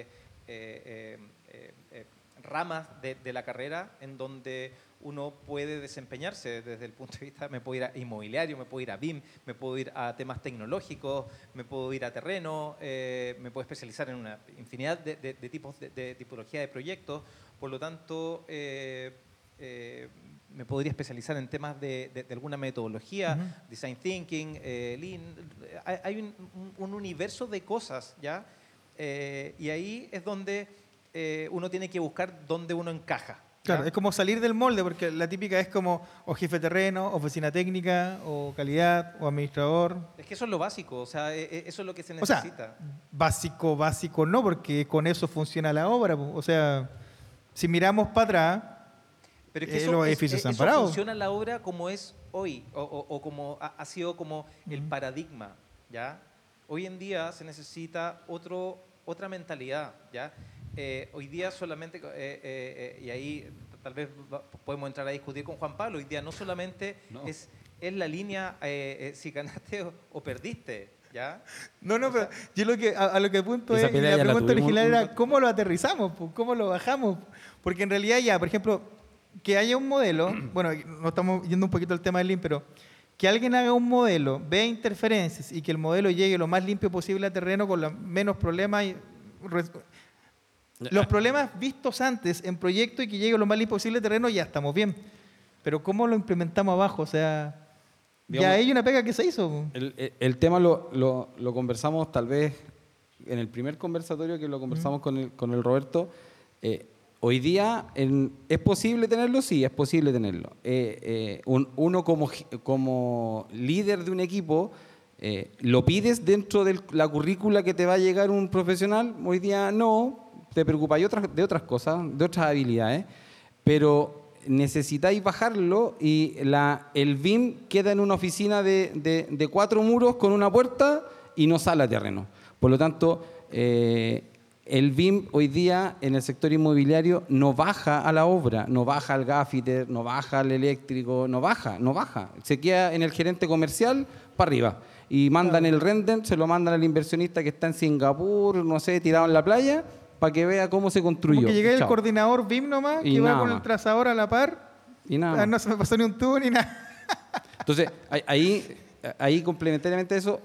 ramas de la carrera en donde uno puede desempeñarse desde el punto de vista, me puedo ir a inmobiliario, me puedo ir a BIM, me puedo ir a temas tecnológicos, me puedo ir a terreno, me puedo especializar en una infinidad de tipos de tipología de proyectos. Por lo tanto, me podría especializar en temas de alguna metodología, design thinking, lean. Hay un universo de cosas, ¿ya? Y ahí es donde uno tiene que buscar dónde uno encaja. Claro, ¿ya? es como salir del molde, porque la típica es como o jefe de terreno, oficina técnica, o calidad, o administrador. Es que eso es lo básico, o sea, eso es lo que se O sea, necesita. básico no, porque con eso funciona la obra. O sea, si miramos para atrás, Pero es que los edificios están parados. funciona la obra como es hoy, o como ha sido como el paradigma, ¿ya? Hoy en día se necesita otra mentalidad, ¿ya? Hoy día solamente, y ahí tal vez podemos entrar a discutir con Juan Pablo, hoy día no solamente es la línea si ganaste o perdiste, ¿ya? No, pero yo a lo que apunto Esa es, y pelea la ya la pregunta tuvimos original un era rato. ¿cómo lo aterrizamos? ¿Cómo lo bajamos? Porque en realidad ya, por ejemplo, que haya un modelo, bueno, no estamos yendo un poquito al tema del Lean, pero que alguien haga un modelo, vea interferencias y que el modelo llegue lo más limpio posible a terreno con los menos problemas los problemas vistos antes en proyecto y que llegue lo más limpio posible a terreno, ya estamos bien. Pero ¿cómo lo implementamos abajo? O sea, Digamos, ya hay una pega que se hizo. El tema lo conversamos tal vez en el primer conversatorio que lo conversamos con el Roberto. Hoy día, ¿es posible tenerlo? Sí, es posible tenerlo. Uno como líder de un equipo, ¿lo pides dentro de la currícula que te va a llegar un profesional? Hoy día no, te preocupas de otras cosas, de otras habilidades, pero necesitáis bajarlo y el BIM queda en una oficina de 4 muros con una puerta y no sale a terreno. Por lo tanto, el BIM hoy día en el sector inmobiliario no baja a la obra, no baja al gaffiter, no baja al eléctrico, no baja. Se queda en el gerente comercial para arriba y mandan el render, se lo mandan al inversionista que está en Singapur, no sé, tirado en la playa, para que vea cómo se construyó. Como que llegué el Chao. coordinador BIM nomás, Y que va nada con el más. trazador a la par. Y nada más. No se me pasó ni un tubo ni nada. Entonces, ahí complementariamente a eso,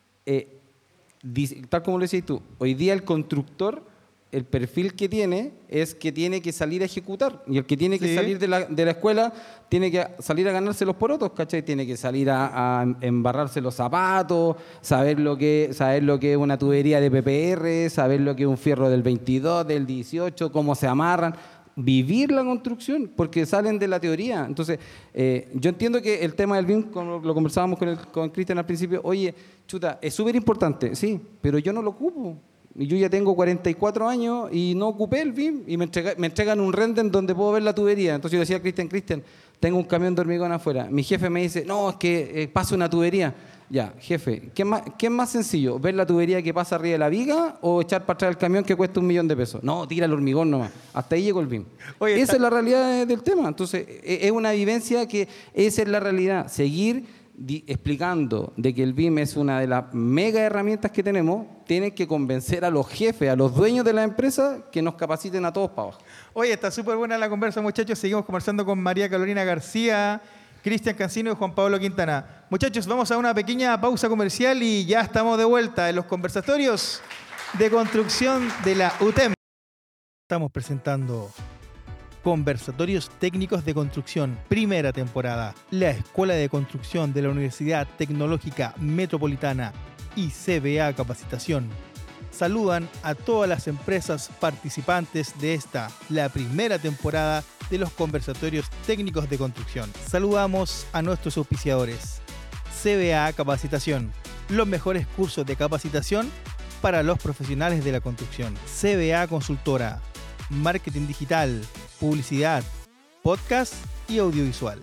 tal como lo decís tú, hoy día el constructor, el perfil que tiene es que tiene que salir a ejecutar. Y el que tiene que Sí. salir de la escuela tiene que salir a ganarse los porotos, ¿cachai? Tiene que salir a embarrarse los zapatos, saber lo que es una tubería de PPR, saber lo que es un fierro del 22, del 18, cómo se amarran. Vivir la construcción, porque salen de la teoría. Entonces, yo entiendo que el tema del BIM, como lo conversábamos con Cristian al principio, oye, chuta, es súper importante, sí, pero yo no lo ocupo. Y yo ya tengo 44 años y no ocupé el BIM y me entregan un render donde puedo ver la tubería. Entonces yo decía a Cristian, tengo un camión de hormigón afuera. Mi jefe me dice, no, es que pasa una tubería. Ya, jefe, ¿qué es más sencillo? ¿Ver la tubería que pasa arriba de la viga o echar para atrás el camión que cuesta $1.000.000? No, tira el hormigón nomás. Hasta ahí llegó el BIM. Oye, esa es la realidad del tema. Entonces, es una vivencia que esa es la realidad. Seguir explicando de que el BIM es una de las mega herramientas que tenemos, tienen que convencer a los jefes, a los dueños de la empresa, que nos capaciten a todos para abajo. Oye, está súper buena la conversa, muchachos. Seguimos conversando con María Carolina García, Cristian Cancino y Juan Pablo Quintana. Muchachos, vamos a una pequeña pausa comercial y ya estamos de vuelta en los conversatorios de construcción de la UTEM. Estamos presentando Conversatorios Técnicos de Construcción, primera temporada. La Escuela de Construcción de la Universidad Tecnológica Metropolitana y CBA Capacitación saludan a todas las empresas participantes de la primera temporada de los Conversatorios Técnicos de Construcción. Saludamos a nuestros auspiciadores. CBA Capacitación, los mejores cursos de capacitación para los profesionales de la construcción. CBA Consultora, marketing digital, publicidad, podcast y audiovisual.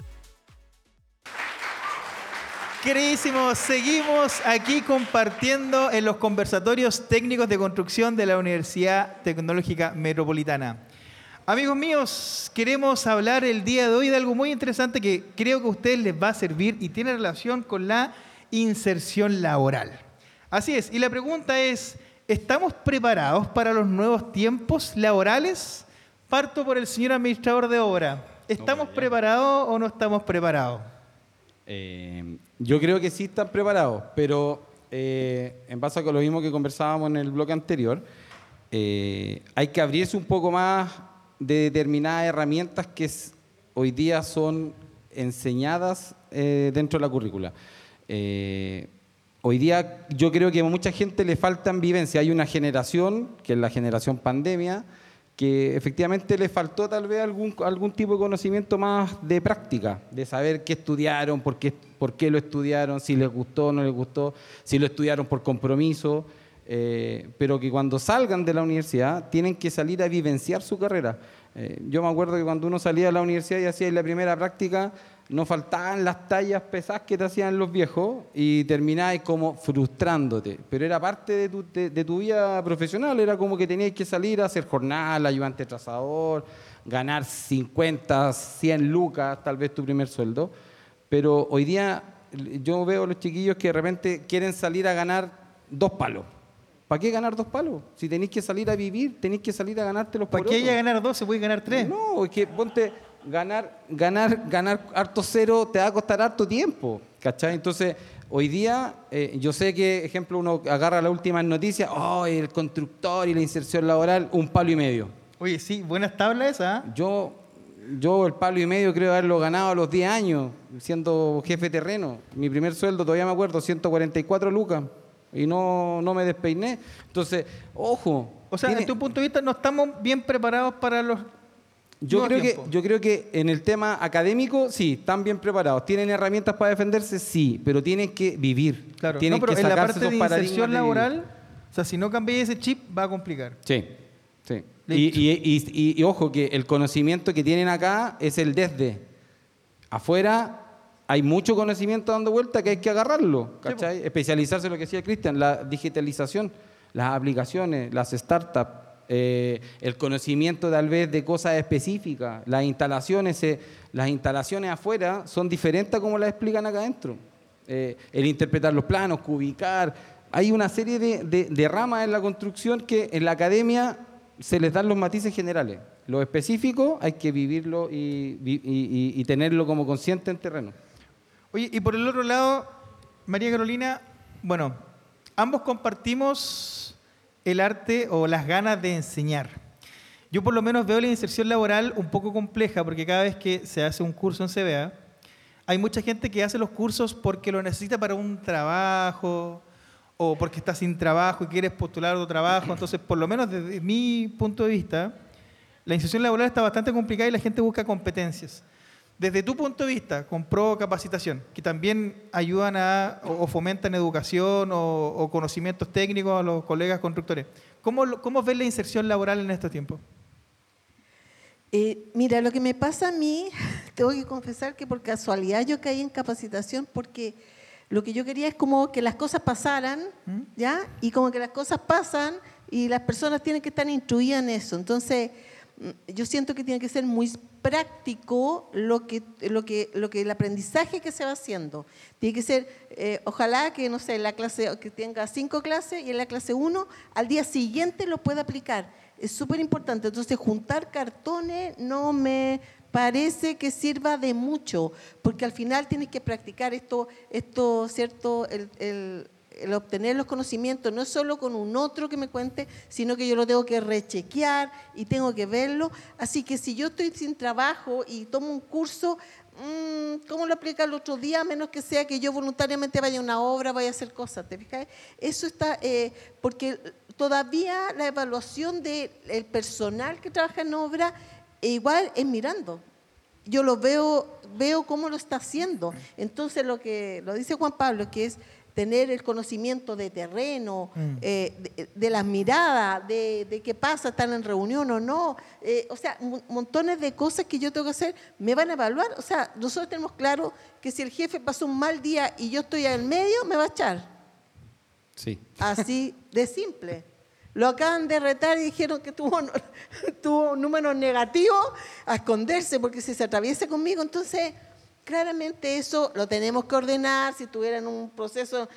Queridísimos, seguimos aquí compartiendo en los conversatorios técnicos de construcción de la Universidad Tecnológica Metropolitana. Amigos míos, queremos hablar el día de hoy de algo muy interesante que creo que a ustedes les va a servir y tiene relación con la inserción laboral. Así es, y la pregunta es, ¿estamos preparados para los nuevos tiempos laborales? Parto por el señor administrador de obra. ¿Estamos preparados o no estamos preparados? Yo creo que sí están preparados, pero en base a lo mismo que conversábamos en el bloque anterior, hay que abrirse un poco más de determinadas herramientas que hoy día son enseñadas dentro de la currícula. Hoy día yo creo que a mucha gente le faltan vivencia. Hay una generación, que es la generación pandemia, que efectivamente le faltó tal vez algún tipo de conocimiento más de práctica, de saber qué estudiaron, por qué lo estudiaron, si les gustó o no les gustó, si lo estudiaron por compromiso, pero que cuando salgan de la universidad tienen que salir a vivenciar su carrera. Yo me acuerdo que cuando uno salía de la universidad y hacía la primera práctica, no faltaban las tallas pesadas que te hacían los viejos y terminabas como frustrándote, pero era parte de tu vida profesional, era como que tenías que salir a hacer jornal, ayudante trazador, ganar 50, 100 lucas, tal vez tu primer sueldo, pero hoy día yo veo a los chiquillos que de repente quieren salir a ganar 2 palos. ¿Para qué ganar 2 palos? Si tenéis que salir a vivir, tenéis que salir a ganarte los ¿Para porotos. qué haya ganar 2? Se puede ganar 3. No, es que ponte, ganar harto cero te va a costar harto tiempo, ¿cachai? Entonces, hoy día, yo sé que, ejemplo, uno agarra las últimas noticias, el constructor y la inserción laboral, 1,5 palos. Oye, sí, buenas tablas esas. Yo el 1,5 palos creo haberlo ganado a los 10 años, siendo jefe de terreno. Mi primer sueldo, todavía me acuerdo, 144 lucas. Y no me despeiné. Entonces, ojo. O sea, desde tu punto de vista, no estamos bien preparados para los Yo nuevos tiempos. creo que en el tema académico, sí, están bien preparados. ¿Tienen herramientas para defenderse? Sí, pero tienen que vivir. Claro, Tienen no, pero que en la sacarse parte de esos paradigmas inserción de vivir. laboral, o sea, si no cambias ese chip, va a complicar. Sí, sí. Listo. Y ojo, que el conocimiento que tienen acá es el desde. Afuera hay mucho conocimiento dando vuelta que hay que agarrarlo, ¿cachai? Especializarse en lo que decía Cristian, la digitalización, las aplicaciones, las startups, el conocimiento tal vez de cosas específicas, las instalaciones afuera son diferentes a como las explican acá adentro. El interpretar los planos, cubicar, hay una serie de ramas en la construcción que en la academia se les dan los matices generales. Lo específico hay que vivirlo y tenerlo como consciente en terreno. Oye, y por el otro lado, María Carolina, bueno, ambos compartimos el arte o las ganas de enseñar. Yo por lo menos veo la inserción laboral un poco compleja porque cada vez que se hace un curso en CBA, hay mucha gente que hace los cursos porque lo necesita para un trabajo o porque está sin trabajo y quieres postular otro trabajo. Entonces, por lo menos desde mi punto de vista, la inserción laboral está bastante complicada y la gente busca competencias. Desde tu punto de vista, con Pro Capacitación, que también ayudan o fomentan educación o conocimientos técnicos a los colegas constructores, ¿cómo ves la inserción laboral en estos tiempos? Mira, lo que me pasa a mí, tengo que confesar que por casualidad yo caí en capacitación porque lo que yo quería es como que las cosas pasaran, ¿ya? Y como que las cosas pasan y las personas tienen que estar instruidas en eso. Entonces, yo siento que tiene que ser muy práctico el aprendizaje que se va haciendo. Tiene que ser, ojalá que, no sé, la clase, que tenga 5 clases y en la clase 1 al día siguiente lo pueda aplicar. Es súper importante. Entonces, juntar cartones no me parece que sirva de mucho, porque al final tienes que practicar esto ¿cierto? El obtener los conocimientos no es solo con un otro que me cuente, sino que yo lo tengo que rechequear y tengo que verlo. Así que si yo estoy sin trabajo y tomo un curso, ¿cómo lo aplica el otro día? A menos que sea que yo voluntariamente vaya a una obra, vaya a hacer cosas, ¿te fijas? Eso está, porque todavía la evaluación del personal que trabaja en obra igual es mirando. Yo lo veo cómo lo está haciendo. Entonces lo dice Juan Pablo, que es tener el conocimiento de terreno, de las miradas, de qué pasa, están en reunión o no. O sea, montones de cosas que yo tengo que hacer, me van a evaluar. O sea, nosotros tenemos claro que si el jefe pasó un mal día y yo estoy en el medio, me va a echar. Sí. Así de simple. Lo acaban de retar y dijeron que tuvo un número negativo a esconderse porque si se atraviesa conmigo, entonces claramente eso lo tenemos que ordenar. Si estuviera en un proceso,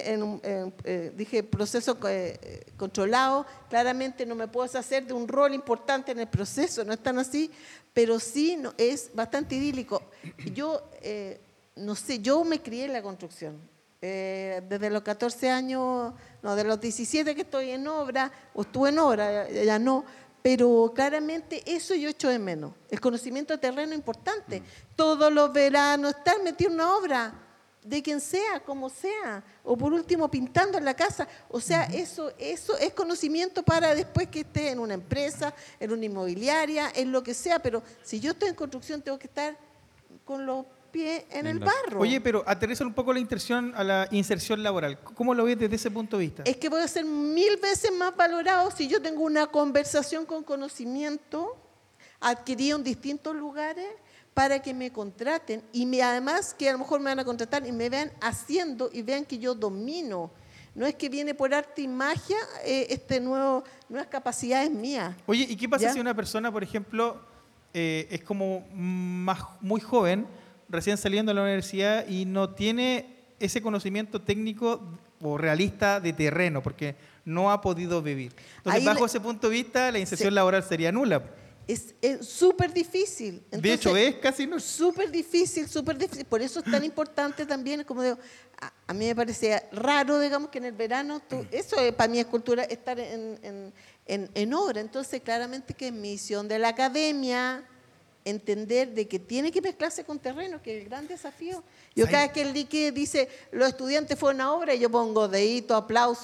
proceso controlado, claramente no me puedo deshacer de un rol importante en el proceso, no es tan así, pero sí es bastante idílico. Yo, no sé, yo me crié en la construcción. Desde los 14 años, no, de los 17 que estoy en obra, o estuve en obra, ya no, pero claramente eso yo echo de menos. El conocimiento de terreno es importante. Todos los veranos estar metido en una obra, de quien sea, como sea, o por último pintando en la casa. O sea, eso es conocimiento para después que esté en una empresa, en una inmobiliaria, en lo que sea, pero si yo estoy en construcción tengo que estar con los pies en el barro. Oye, pero aterriza un poco a la inserción laboral. ¿Cómo lo ves desde ese punto de vista? Es que voy a ser 1000 veces más valorado si yo tengo una conversación con conocimiento adquirido en distintos lugares para que me contraten y además que a lo mejor me van a contratar y me vean haciendo y vean que yo domino. No es que viene por arte y magia nuevas capacidades mías. Oye, ¿y qué pasa ¿Ya? si una persona, por ejemplo, es como muy joven, recién saliendo de la universidad y no tiene ese conocimiento técnico o realista de terreno porque no ha podido vivir? Entonces, bajo ese punto de vista, la inserción laboral sería nula. Es súper difícil. Entonces, de hecho, es casi nula. Súper difícil, súper difícil. Por eso es tan importante también, como digo, a mí me parece raro, digamos, que en el verano, eso para mí es cultura, estar en obra. Entonces, claramente que es misión de la academia entender de que tiene que mezclarse con terreno, que es el gran desafío. Yo cada vez que el dique dice los estudiantes fueron a obra, yo pongo dedito, aplauso,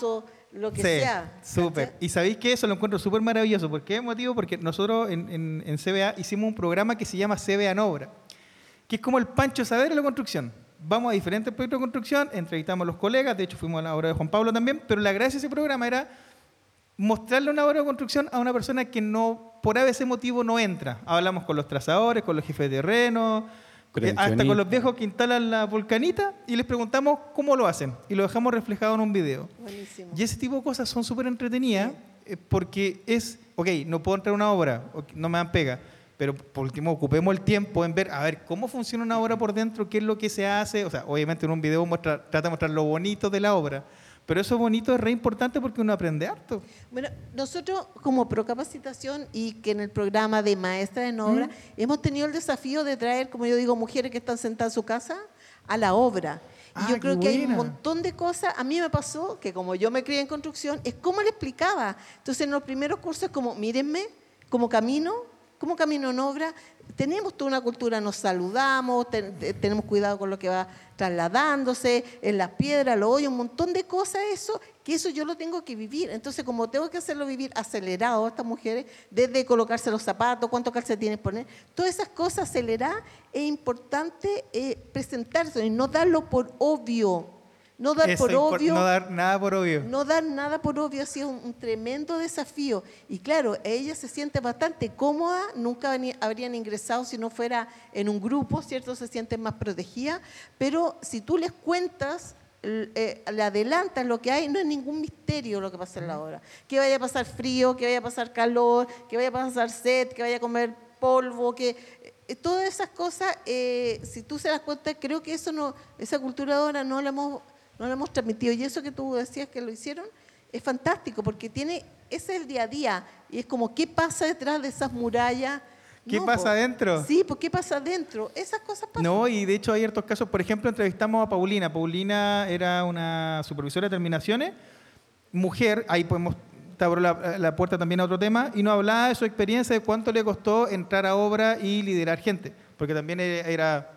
lo que Sí, sea. súper. ¿cachai? Y sabéis que eso lo encuentro súper maravilloso. ¿Por qué motivo? Porque nosotros en CBA hicimos un programa que se llama CBA en Obra, que es como el Pancho Saber en la construcción. Vamos a diferentes proyectos de construcción, entrevistamos a los colegas, de hecho fuimos a la obra de Juan Pablo también, pero la gracia de ese programa era mostrarle una obra de construcción a una persona que no, por ese motivo no entra. Hablamos con los trazadores, con los jefes de terreno, hasta con los viejos que instalan la volcanita y les preguntamos cómo lo hacen y lo dejamos reflejado en un video. Buenísimo. Y ese tipo de cosas son súper entretenidas porque es, ok, no puedo entrar a una obra, no me dan pega, pero por último ocupemos el tiempo en ver, a ver, cómo funciona una obra por dentro, qué es lo que se hace. O sea, obviamente en un video trata de mostrar lo bonito de la obra, pero eso bonito es re importante porque uno aprende harto. Bueno, nosotros como Procapacitación y que en el programa de Maestra en Obra hemos tenido el desafío de traer, como yo digo, mujeres que están sentadas en su casa a la obra. Y yo creo que hay un montón de cosas. A mí me pasó que como yo me crié en construcción, es como le explicaba. Entonces en los primeros cursos es como, mírenme, como camino en obra, tenemos toda una cultura, nos saludamos, tenemos cuidado con lo que va trasladándose, en las piedras, los hoyos, un montón de cosas, que eso yo lo tengo que vivir. Entonces, como tengo que hacerlo vivir acelerado a estas mujeres, desde colocarse los zapatos, cuántos calcetines poner, todas esas cosas aceleradas, es importante presentarse y no darlo por obvio. No dar por obvio. No dar nada por obvio. No dar nada por obvio ha sido un tremendo desafío. Y claro, ella se siente bastante cómoda, nunca habrían ingresado si no fuera en un grupo, ¿cierto? Se sienten más protegidas, pero si tú les cuentas, le adelantas lo que hay, no es ningún misterio lo que pasa en la obra. Que vaya a pasar frío, que vaya a pasar calor, que vaya a pasar sed, que vaya a comer polvo, que todas esas cosas, si tú se das cuenta, creo que esa cultura de ahora no la hemos transmitido. Y eso que tú decías que lo hicieron es fantástico porque ese es el día a día. Y es como, ¿qué pasa detrás de esas murallas? ¿Qué pasa adentro? Sí, pues ¿qué pasa adentro? Esas cosas pasan. No, y de hecho hay ciertos casos. Por ejemplo, entrevistamos a Paulina. Paulina era una supervisora de terminaciones, mujer, ahí podemos te abro la puerta también a otro tema, y nos hablaba de su experiencia, de cuánto le costó entrar a obra y liderar gente, porque también era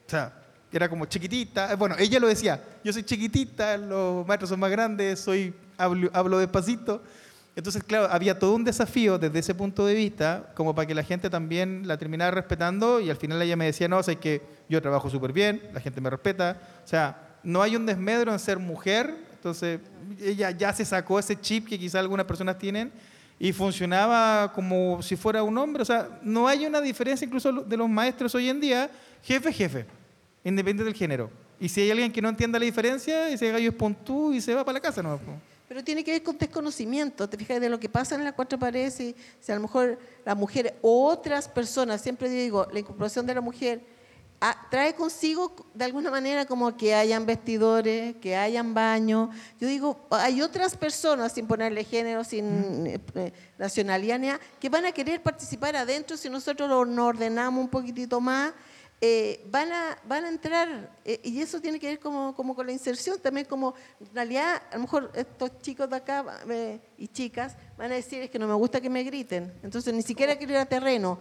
como chiquitita. Bueno, ella lo decía, yo soy chiquitita, los maestros son más grandes, hablo despacito. Entonces, claro, había todo un desafío desde ese punto de vista, como para que la gente también la terminara respetando, y al final ella me decía, no, o sea, que yo trabajo súper bien, la gente me respeta, o sea, no hay un desmedro en ser mujer. Entonces, ella ya se sacó ese chip que quizás algunas personas tienen y funcionaba como si fuera un hombre. O sea, no hay una diferencia incluso de los maestros hoy en día, jefe, independiente del género. Y si hay alguien que no entienda la diferencia, ese gallo es pontú y se va para la casa, ¿no? Pero tiene que ver con desconocimiento, te fijas de lo que pasa en las cuatro paredes, si a lo mejor la mujer o otras personas, siempre digo, la incorporación de la mujer trae consigo de alguna manera como que hayan vestidores, que hayan baños. Yo digo, hay otras personas, sin ponerle género, sin nacionalidad, ni nada, que van a querer participar adentro si nosotros nos ordenamos un poquitito más. Van a entrar, y eso tiene que ver como con la inserción, también como en realidad a lo mejor estos chicos de acá y chicas van a decir, es que no me gusta que me griten, entonces ni siquiera quiero ir a terreno.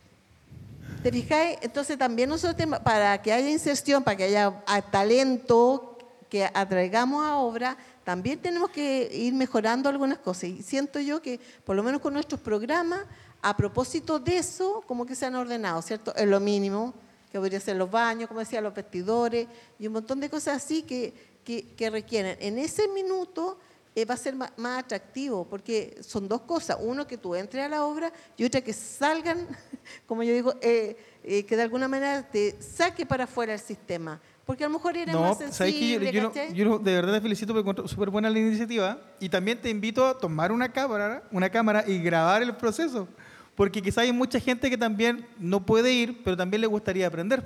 ¿Te fijáis? Entonces también nosotros, para que haya inserción, para que haya talento, que atraigamos a obra, también tenemos que ir mejorando algunas cosas. Y siento yo que, por lo menos con nuestros programas, a propósito de eso, como que se han ordenado, ¿cierto? Es lo mínimo, que podría ser los baños, como decía, los vestidores, y un montón de cosas así que requieren. En ese minuto va a ser más atractivo, porque son dos cosas. Uno, que tú entres a la obra, y otra, que salgan, como yo digo, que de alguna manera te saque para afuera el sistema. Porque a lo mejor eres más sensible, yo de verdad te felicito porque encuentro súper buena la iniciativa, y también te invito a tomar una cámara y grabar el proceso, porque quizá hay mucha gente que también no puede ir, pero también le gustaría aprender.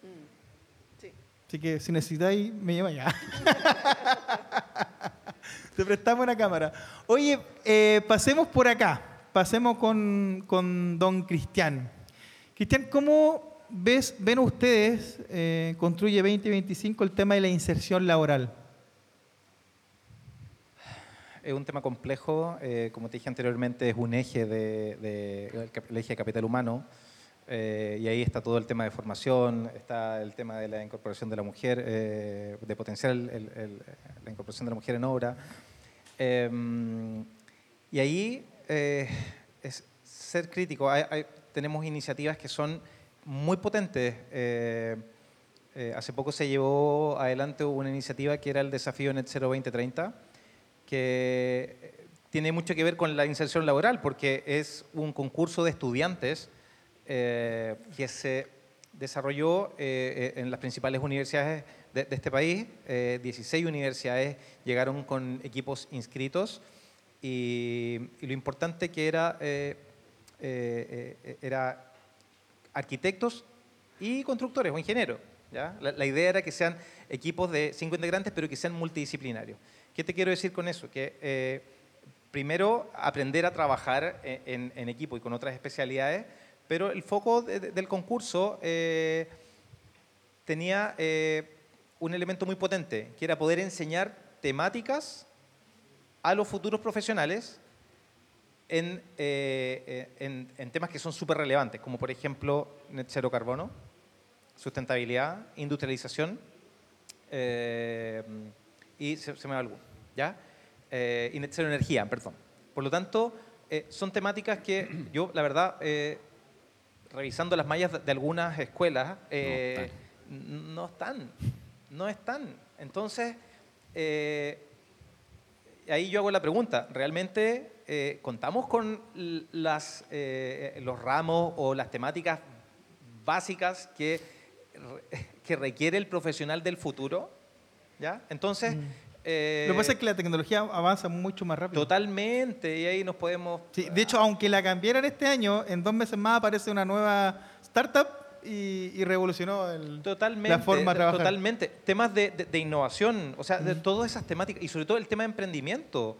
Sí. Así que si necesitáis, me lleva ya. Te prestamos una cámara. Oye, pasemos por acá. Pasemos con don Cristian. Cristian, ¿cómo ven ustedes, Construye 2025, el tema de la inserción laboral? Es un tema complejo. Como te dije anteriormente, es un eje el eje de capital humano. Y ahí está todo el tema de formación, está el tema de la incorporación de la mujer, de potenciar la incorporación de la mujer en obra. Y ahí es ser crítico. Tenemos iniciativas que son muy potentes. Hace poco se llevó adelante una iniciativa que era el desafío Net Zero 2030, que tiene mucho que ver con la inserción laboral, porque es un concurso de estudiantes que se desarrolló en las principales universidades de este país. 16 universidades llegaron con equipos inscritos y lo importante que era arquitectos y constructores o ingenieros. ¿Ya? La idea era que sean equipos de 5 integrantes, pero que sean multidisciplinarios. ¿Qué te quiero decir con eso? Que primero, aprender a trabajar en equipo y con otras especialidades, pero el foco del concurso tenía un elemento muy potente, que era poder enseñar temáticas a los futuros profesionales en temas que son súper relevantes, como por ejemplo net cero carbono, sustentabilidad, industrialización y se me va algo, ¿ya? Y net cero energía, perdón. Por lo tanto, son temáticas que yo, la verdad, revisando las mallas de algunas escuelas, no están. Entonces, ahí yo hago la pregunta, ¿realmente contamos con los ramos o las temáticas básicas que requiere el profesional del futuro? ¿Ya? Entonces... Lo que pasa es que la tecnología avanza mucho más rápido. Totalmente, y ahí nos podemos... Sí, de hecho, aunque la cambiaran este año, en 2 meses más aparece una nueva startup y revolucionó la forma de trabajar. Totalmente. Temas de innovación, o sea, de todas esas temáticas, y sobre todo el tema de emprendimiento.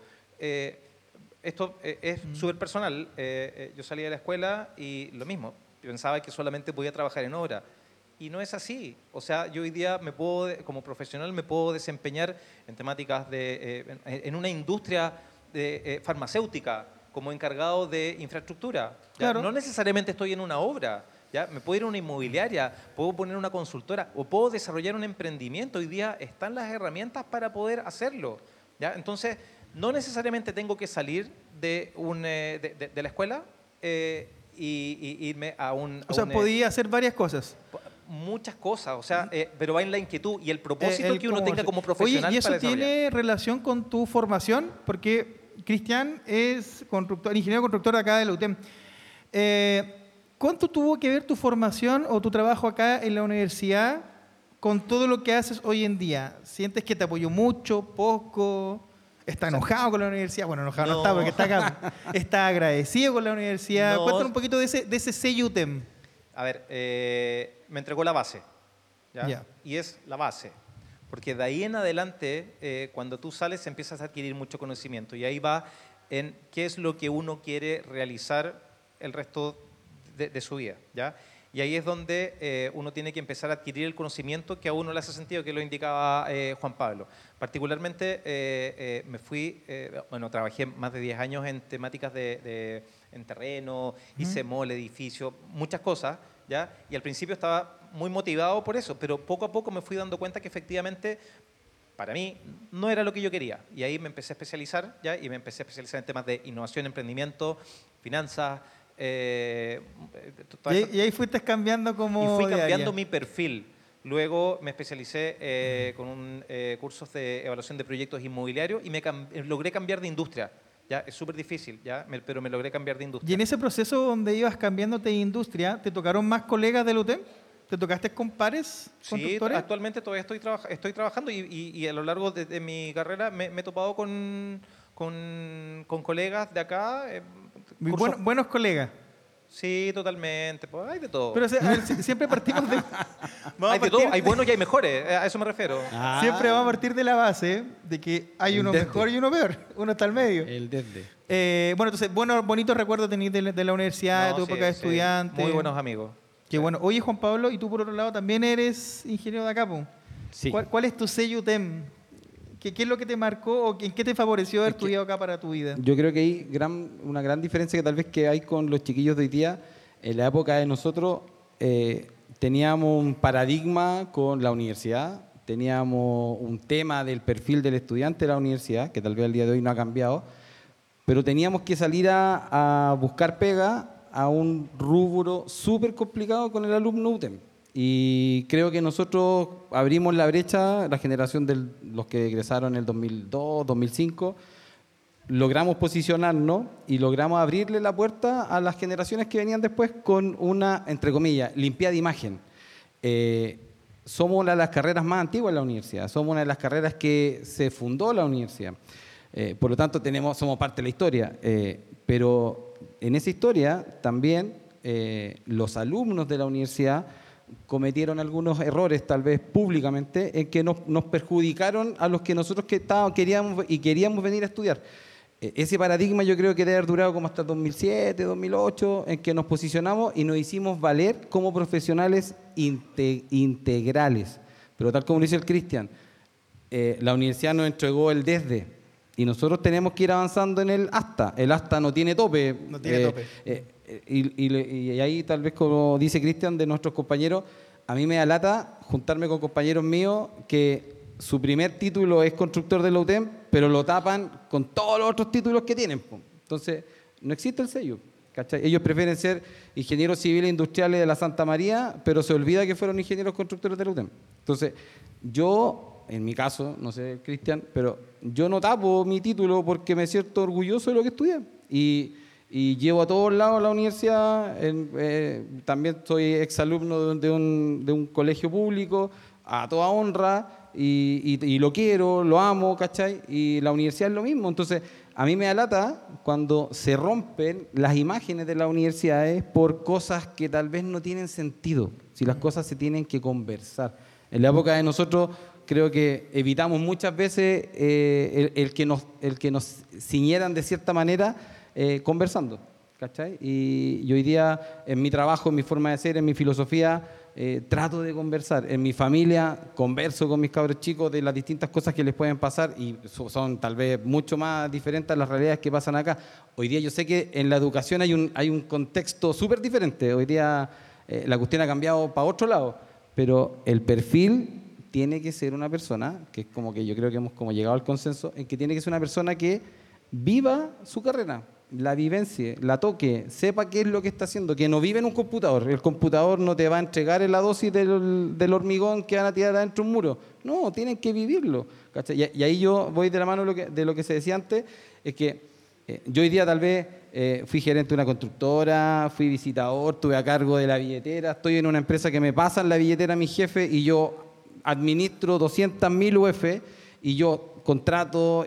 Esto es súper personal. Yo salí de la escuela y lo mismo, yo pensaba que solamente podía trabajar en obra. Y no es así. O sea, yo hoy día como profesional me puedo desempeñar en temáticas en una industria farmacéutica como encargado de infraestructura. Claro. No necesariamente estoy en una obra. ¿Ya? Me puedo ir a una inmobiliaria, puedo poner una consultora o puedo desarrollar un emprendimiento. Hoy día están las herramientas para poder hacerlo. ¿Ya? Entonces, no necesariamente tengo que salir de la escuela y irme a un... O sea, podía hacer varias cosas. Muchas cosas, o sea, pero va en la inquietud y el propósito que uno tenga como profesional. Oye, ¿y eso para tiene relación con tu formación? Porque Cristian es ingeniero constructor acá de la UTEM. ¿Cuánto tuvo que ver tu formación o tu trabajo acá en la universidad con todo lo que haces hoy en día? ¿Sientes que te apoyó mucho, poco? ¿Está enojado con la universidad? Bueno, enojado no está porque está acá. ¿Está agradecido con la universidad? No. Cuéntanos un poquito de ese sello UTEM. A ver, me entregó la base, ¿ya? Ya. Y es la base, porque de ahí en adelante, cuando tú sales, empiezas a adquirir mucho conocimiento y ahí va en qué es lo que uno quiere realizar el resto de su vida, ¿ya? Y ahí es donde uno tiene que empezar a adquirir el conocimiento que a uno le hace sentido, que lo indicaba Juan Pablo. Particularmente trabajé más de 10 años en temáticas en terreno, hice mole, edificio, muchas cosas, ¿ya? Y al principio estaba muy motivado por eso, pero poco a poco me fui dando cuenta que efectivamente para mí no era lo que yo quería. Y ahí me empecé a especializar, ¿ya? Y me empecé a especializar en temas de innovación, emprendimiento, finanzas. Y ahí fuiste cambiando como Y fui de cambiando área. mi perfil. Luego me especialicé con cursos de evaluación de proyectos inmobiliarios y logré cambiar de industria. ¿Ya? Es súper difícil, ¿ya? Pero me logré cambiar de industria. Y en ese proceso donde ibas cambiándote de industria, ¿te tocaron más colegas del UTEM? ¿Te tocaste con pares Sí, constructores? actualmente todavía estoy trabajando y a lo largo de mi carrera me he topado con colegas de acá. Buenos colegas. Sí, totalmente. Pues hay de todo. Pero o sea, a ver, siempre partimos de... Hay de todo. Hay buenos y hay mejores. A eso me refiero. Siempre vamos a partir de la base de que hay uno mejor y uno peor. Uno está al medio. El desde. Bueno, entonces, bonitos recuerdos tenés de la universidad, de tu época de estudiante. Muy buenos amigos. Qué bueno. Oye, Juan Pablo, y tú por otro lado también eres ingeniero de acá, po. Sí. ¿Cuál es tu sello UTEM? ¿Qué es lo que te marcó o en qué te favoreció haber estudiado acá para tu vida? Yo creo que hay una gran diferencia que tal vez que hay con los chiquillos de hoy día. En la época de nosotros teníamos un paradigma con la universidad, teníamos un tema del perfil del estudiante de la universidad, que tal vez al día de hoy no ha cambiado, pero teníamos que salir a buscar pega a un rubro súper complicado con el alumno UTEM. Y creo que nosotros abrimos la brecha, la generación de los que egresaron en el 2002, 2005, logramos posicionarnos y logramos abrirle la puerta a las generaciones que venían después con una, entre comillas, limpiada imagen. Somos una de las carreras más antiguas en la universidad, somos una de las carreras que se fundó la universidad. Por lo tanto, somos parte de la historia, pero en esa historia también los alumnos de la universidad cometieron algunos errores, tal vez públicamente, en que nos perjudicaron a los que nosotros queríamos venir a estudiar. Ese paradigma yo creo que debe haber durado como hasta 2007, 2008, en que nos posicionamos y nos hicimos valer como profesionales integrales. Pero tal como dice el Cristian, la universidad nos entregó el desde y nosotros tenemos que ir avanzando en el hasta. El hasta no tiene tope. No tiene tope. Y ahí tal vez, como dice Cristian, de nuestros compañeros, a mí me da lata juntarme con compañeros míos que su primer título es constructor de la UTEM, pero lo tapan con todos los otros títulos que tienen. Entonces, no existe el sello, ¿cachai? Ellos prefieren ser ingenieros civiles industriales de la Santa María, pero se olvida que fueron ingenieros constructores de la UTEM. Entonces, yo, en mi caso, no sé, Cristian, pero yo no tapo mi título porque me siento orgulloso de lo que estudié. Y llevo a todos lados la universidad, también soy exalumno de un colegio público, a toda honra, y lo quiero, lo amo, ¿cachai? Y la universidad es lo mismo. Entonces, a mí me da lata cuando se rompen las imágenes de las universidades por cosas que tal vez no tienen sentido, si las cosas se tienen que conversar. En la época de nosotros, creo que evitamos muchas veces el que nos ciñeran de cierta manera conversando, ¿cachai? Y hoy día, en mi trabajo, en mi forma de ser, en mi filosofía, trato de conversar. En mi familia converso con mis cabros chicos de las distintas cosas que les pueden pasar y son tal vez mucho más diferentes a las realidades que pasan acá. Hoy día yo sé que en la educación hay un contexto súper diferente. Hoy día la cuestión ha cambiado para otro lado, pero el perfil tiene que ser una persona, que es como que yo creo que hemos como llegado al consenso, en que tiene que ser una persona que viva su carrera, la vivencie, la toque, sepa qué es lo que está haciendo, que no vive en un computador. El computador no te va a entregar la dosis del hormigón que van a tirar adentro de un muro. No, tienen que vivirlo, ¿cachai? Y ahí yo voy de la mano de lo que se decía antes, es que yo hoy día tal vez fui gerente de una constructora, fui visitador, estuve a cargo de la billetera, estoy en una empresa que me pasan la billetera a mi jefe y yo administro 200.000 UF y yo contrato,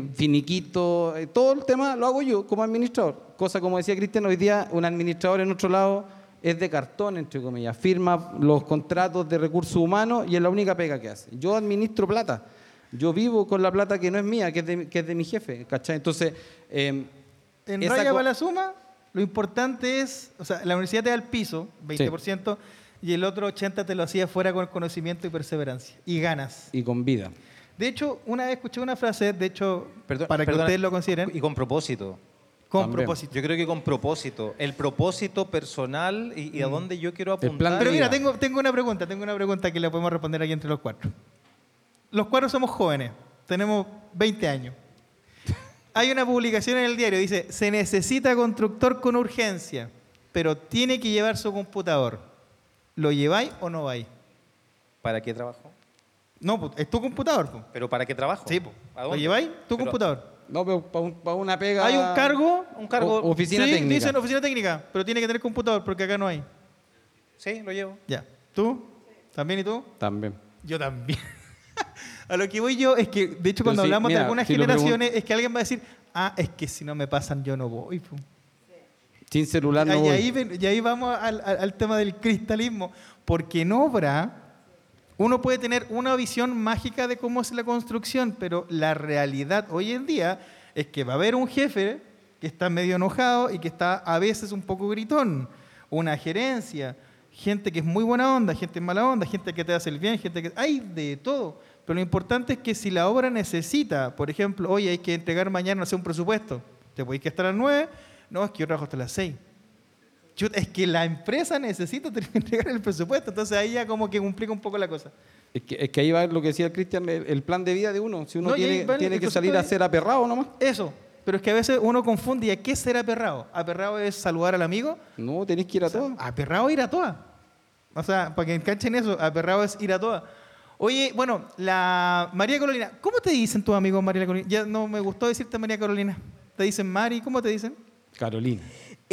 finiquito, todo el tema lo hago yo como administrador. Cosa, como decía Cristian, hoy día un administrador en otro lado es de cartón, entre comillas, firma los contratos de recursos humanos y es la única pega que hace. Yo administro plata, yo vivo con la plata que no es mía, que es de mi jefe, ¿cachai? Entonces, en raya para la suma, lo importante es, o sea, la universidad te da el piso, 20%, sí, y el otro 80% te lo hacía fuera con conocimiento y perseverancia, y ganas. Y con vida. De hecho, una vez escuché una frase, de hecho, para que ustedes lo consideren. Y con propósito. Con También. propósito. Yo creo que con propósito. El propósito personal y a dónde yo quiero apuntar. plan de Pero mira, vida. tengo una pregunta que la podemos responder aquí entre los cuatro. Los cuatro somos jóvenes, tenemos 20 años. Hay una publicación en el diario, dice, se necesita constructor con urgencia, pero tiene que llevar su computador. ¿Lo lleváis o no vais? ¿Para qué trabajo? No, pues, es tu computador. Pues. ¿Pero para qué trabajo? Sí, pues. ¿A ¿Lo dónde? lleváis? Tu Pero- computador. No, pero para una pega... Hay un cargo. Oficina sí, técnica. dicen oficina técnica, pero tiene que tener computador porque acá no hay. Sí, lo llevo. Ya. ¿Tú? ¿También y tú? También. Yo también. A lo que voy yo es que, de hecho, Pero cuando sí, hablamos de mira, algunas si lo generaciones, es que alguien va a decir, es que si no me pasan, yo no voy. Pu. Sin celular no y, voy. y ahí vamos al tema del cristalismo. Porque en obra, uno puede tener una visión mágica de cómo es la construcción, pero la realidad hoy en día es que va a haber un jefe que está medio enojado y que está a veces un poco gritón. Una gerencia, gente que es muy buena onda, gente mala onda, gente que te hace el bien, gente que... Hay de todo. Pero lo importante es que si la obra necesita, por ejemplo, oye, hay que entregar mañana, no sé, un presupuesto. ¿Te podéis que estar a las 9? No, es que yo trabajo hasta las 6. Es que la empresa necesita entregar el presupuesto, entonces ahí ya como que complica un poco la cosa. Es que ahí va lo que decía el Cristian, el plan de vida de uno. Si uno No, y ahí va el tiene que concepto salir a de- ser aperrado nomás. Eso. Pero es que a veces uno confunde, ¿y a qué es ser aperrado? ¿Aperrado es saludar al amigo? No, tenés que ir a todo. Aperrado es ir a todas. O sea, para que enganchen eso, aperrado es ir a todas. Oye, bueno, la María Carolina, ¿cómo te dicen tus amigos María Carolina? Ya no me gustó decirte María Carolina. ¿Te dicen Mari? ¿Cómo te dicen? Carolina.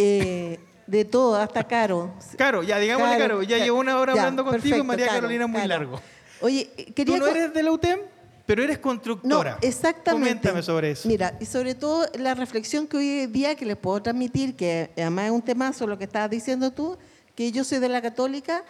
De todo, hasta Caro. Caro, ya digámosle Caro. Ya llevo una hora Ya, hablando contigo y perfecto, María Caro, Carolina es muy Caro. largo. Oye, Tú quería... no eres de la UTEM, pero eres No, constructora. exactamente. Coméntame sobre eso. Mira, y sobre todo la reflexión que hoy día que les puedo transmitir, que además es un temazo lo que estabas diciendo tú, que yo soy de la Católica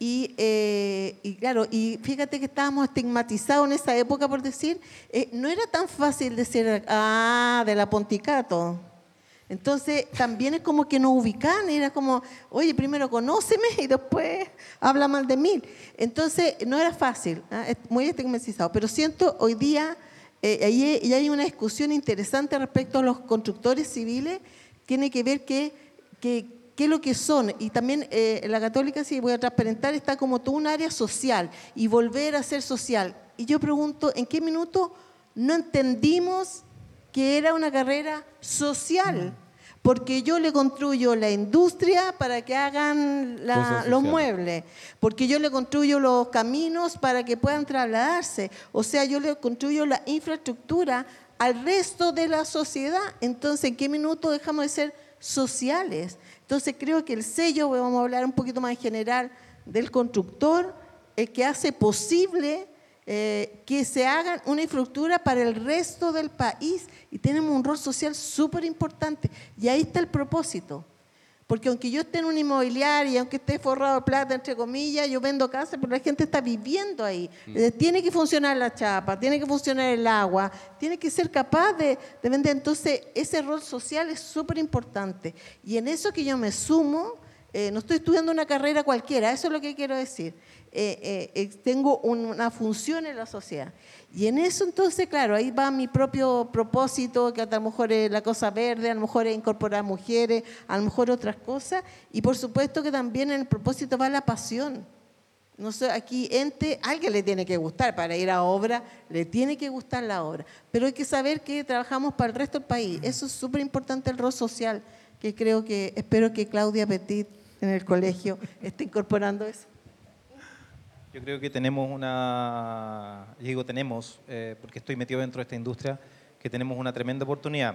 y claro, y fíjate que estábamos estigmatizados en esa época por decir, no era tan fácil decir, de la Ponticato. Entonces también es como que nos ubican, era como, oye, primero conóceme y después habla mal de mí. Entonces no era fácil, es muy estigmatizado, pero siento hoy día, ahí hay una discusión interesante respecto a los constructores civiles, tiene que ver qué es lo que son, y también la Católica, si voy a transparentar, está como todo un área social, y volver a ser social. Y yo pregunto, ¿en qué minuto no entendimos que era una carrera social? Porque yo le construyo la industria para que hagan Cosas los sociales. muebles, porque yo le construyo los caminos para que puedan trasladarse, o sea, yo le construyo la infraestructura al resto de la sociedad. Entonces, ¿en qué minuto dejamos de ser sociales? Entonces, creo que el sello, vamos a hablar un poquito más en general, del constructor, el que hace posible que se hagan una infraestructura para el resto del país, y tenemos un rol social súper importante, y ahí está el propósito, porque aunque yo esté en una inmobiliaria, aunque esté forrado de plata, entre comillas, yo vendo casas, pero la gente está viviendo ahí. Tiene que funcionar la chapa, tiene que funcionar el agua, tiene que ser capaz de vender. Entonces ese rol social es súper importante, y en eso que yo me sumo. No estoy estudiando una carrera cualquiera, eso es lo que quiero decir. Tengo una función en la sociedad. Y en eso entonces, claro, ahí va mi propio propósito, que a lo mejor es la cosa verde, a lo mejor es incorporar mujeres, a lo mejor otras cosas. Y por supuesto que también en el propósito va la pasión. No sé, aquí alguien le tiene que gustar, para ir a obra, le tiene que gustar la obra. Pero hay que saber que trabajamos para el resto del país. Eso es súper importante, el rol social, que espero que Claudia Petit en el colegio esté incorporando eso. Yo creo que tenemos porque estoy metido dentro de esta industria, que tenemos una tremenda oportunidad.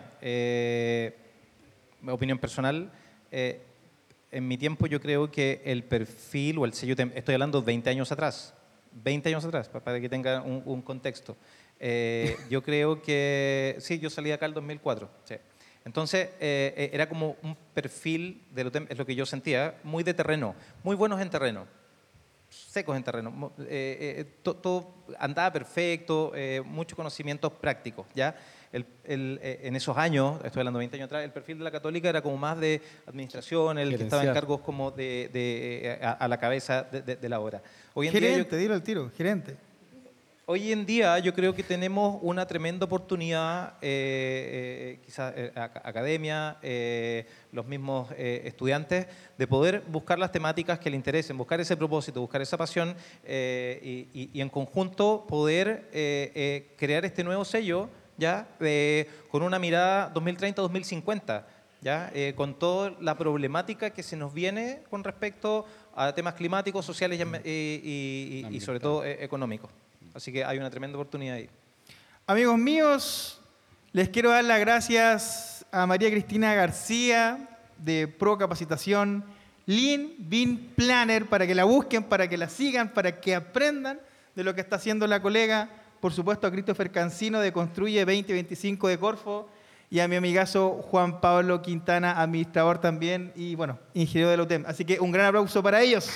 Opinión personal, en mi tiempo yo creo que el perfil o el sello, estoy hablando 20 años atrás, para que tenga un contexto. Yo creo que, sí, yo salí acá el 2004, sí. Entonces, era como un perfil, es lo que yo sentía, muy de terreno, muy buenos en terreno, secos en terreno, todo andaba perfecto, muchos conocimientos prácticos, ¿ya? En esos años, estoy hablando de 20 años atrás, el perfil de la Católica era como más de administración, el que estaba en cargos como a la cabeza de la obra. Hoy en Gerente, dilo al tiro, gerente. Hoy en día yo creo que tenemos una tremenda oportunidad, quizás academia, los mismos estudiantes, de poder buscar las temáticas que le interesen, buscar ese propósito, buscar esa pasión y en conjunto poder crear este nuevo sello, ¿ya? Con una mirada 2030-2050, ¿ya? Con toda la problemática que se nos viene con respecto a temas climáticos, sociales y sobre todo económicos. Así que hay una tremenda oportunidad ahí. Amigos míos, les quiero dar las gracias a María Cristina García de Pro Capacitación, Lean Bean Planner, para que la busquen, para que la sigan, para que aprendan de lo que está haciendo la colega. Por supuesto a Christopher Cancino de Construye 2025 de Corfo y a mi amigazo Juan Pablo Quintana, administrador también y bueno, ingeniero de la UTEM. Así que un gran aplauso para ellos.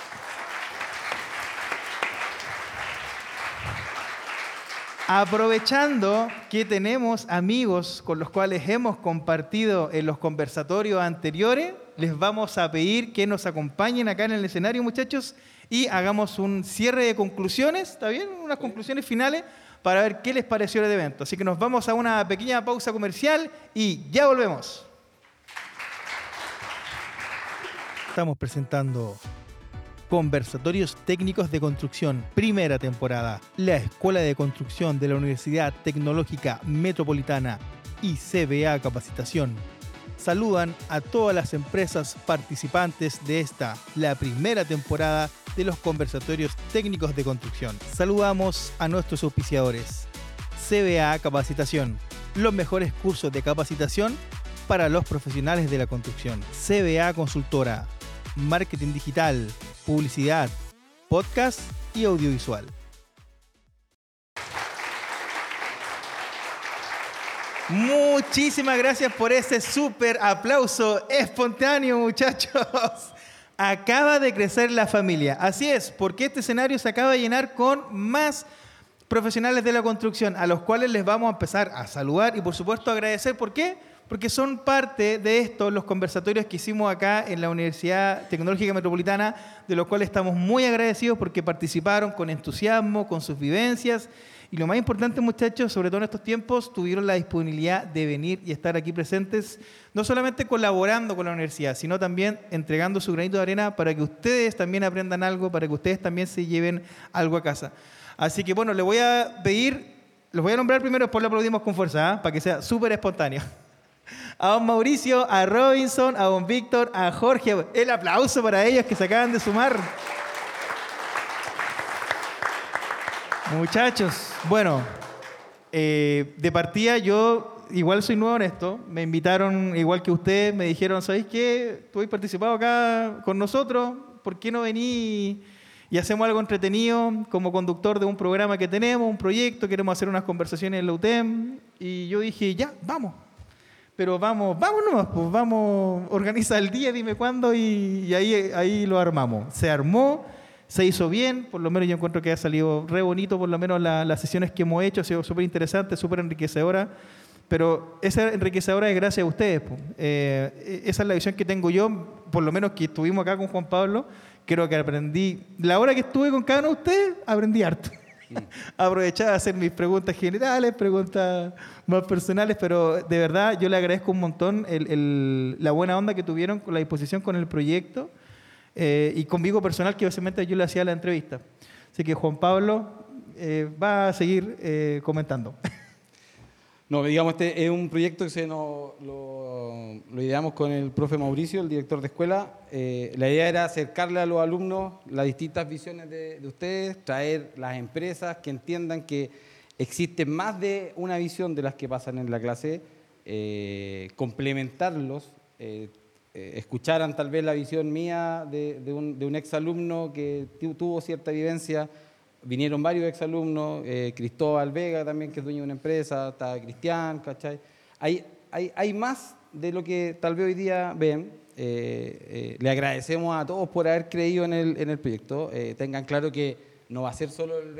Aprovechando que tenemos amigos con los cuales hemos compartido en los conversatorios anteriores, les vamos a pedir que nos acompañen acá en el escenario, muchachos, y hagamos un cierre de conclusiones, ¿está bien? Unas conclusiones finales para ver qué les pareció el evento. Así que nos vamos a una pequeña pausa comercial y ya volvemos. Estamos presentando Conversatorios Técnicos de Construcción, primera temporada. La Escuela de Construcción de la Universidad Tecnológica Metropolitana y CBA Capacitación saludan a todas las empresas participantes de esta, la primera temporada de los Conversatorios Técnicos de Construcción. Saludamos a nuestros auspiciadores. CBA Capacitación, los mejores cursos de capacitación para los profesionales de la construcción. CBA Consultora, marketing digital, publicidad, podcast y audiovisual. Muchísimas gracias por ese súper aplauso espontáneo, muchachos. Acaba de crecer la familia. Así es, porque este escenario se acaba de llenar con más profesionales de la construcción, a los cuales les vamos a empezar a saludar y, por supuesto, agradecer. ¿Por qué? Porque son parte de esto los conversatorios que hicimos acá en la Universidad Tecnológica Metropolitana, de los cuales estamos muy agradecidos porque participaron con entusiasmo, con sus vivencias. Y lo más importante, muchachos, sobre todo en estos tiempos, tuvieron la disponibilidad de venir y estar aquí presentes, no solamente colaborando con la universidad, sino también entregando su granito de arena para que ustedes también aprendan algo, para que ustedes también se lleven algo a casa. Así que, bueno, les voy a pedir, los voy a nombrar primero, después lo aplaudimos con fuerza, para que sea súper espontáneo. A don Mauricio, a Robinson, a don Víctor, a Jorge. El aplauso para ellos que se acaban de sumar. Muchachos, bueno, de partida yo igual soy nuevo en esto. Me invitaron igual que ustedes, me dijeron, ¿sabéis qué? Tú has participado acá con nosotros, ¿por qué no venís y hacemos algo entretenido como conductor de un programa que tenemos, un proyecto, queremos hacer unas conversaciones en la UTEM? Y yo dije, ya, vamos. Pero vamos nomás, pues vamos, organiza el día, dime cuándo y ahí lo armamos. Se armó, se hizo bien, por lo menos yo encuentro que ha salido re bonito, por lo menos las sesiones que hemos hecho, ha sido súper interesante, súper enriquecedora, pero esa enriquecedora es gracias a ustedes. Pues. Esa es la visión que tengo yo, por lo menos que estuvimos acá con Juan Pablo, creo que aprendí, la hora que estuve con cada uno de ustedes, aprendí harto. Aprovechar a hacer mis preguntas generales, preguntas más personales, pero de verdad yo le agradezco un montón la buena onda que tuvieron con la disposición con el proyecto y conmigo personal, que básicamente yo le hacía la entrevista. Así que Juan Pablo va a seguir comentando. No, digamos, este es un proyecto que lo ideamos con el profe Mauricio, el director de escuela. La idea era acercarle a los alumnos las distintas visiones de ustedes, traer las empresas que entiendan que existe más de una visión de las que pasan en la clase, complementarlos, escucharan tal vez la visión mía de un exalumno que tuvo cierta vivencia. Vinieron varios exalumnos, Cristóbal Vega también, que es dueño de una empresa, está Cristian, ¿cachai? Hay más de lo que tal vez hoy día ven. Le agradecemos a todos por haber creído en el proyecto. Tengan claro que no va a ser solo el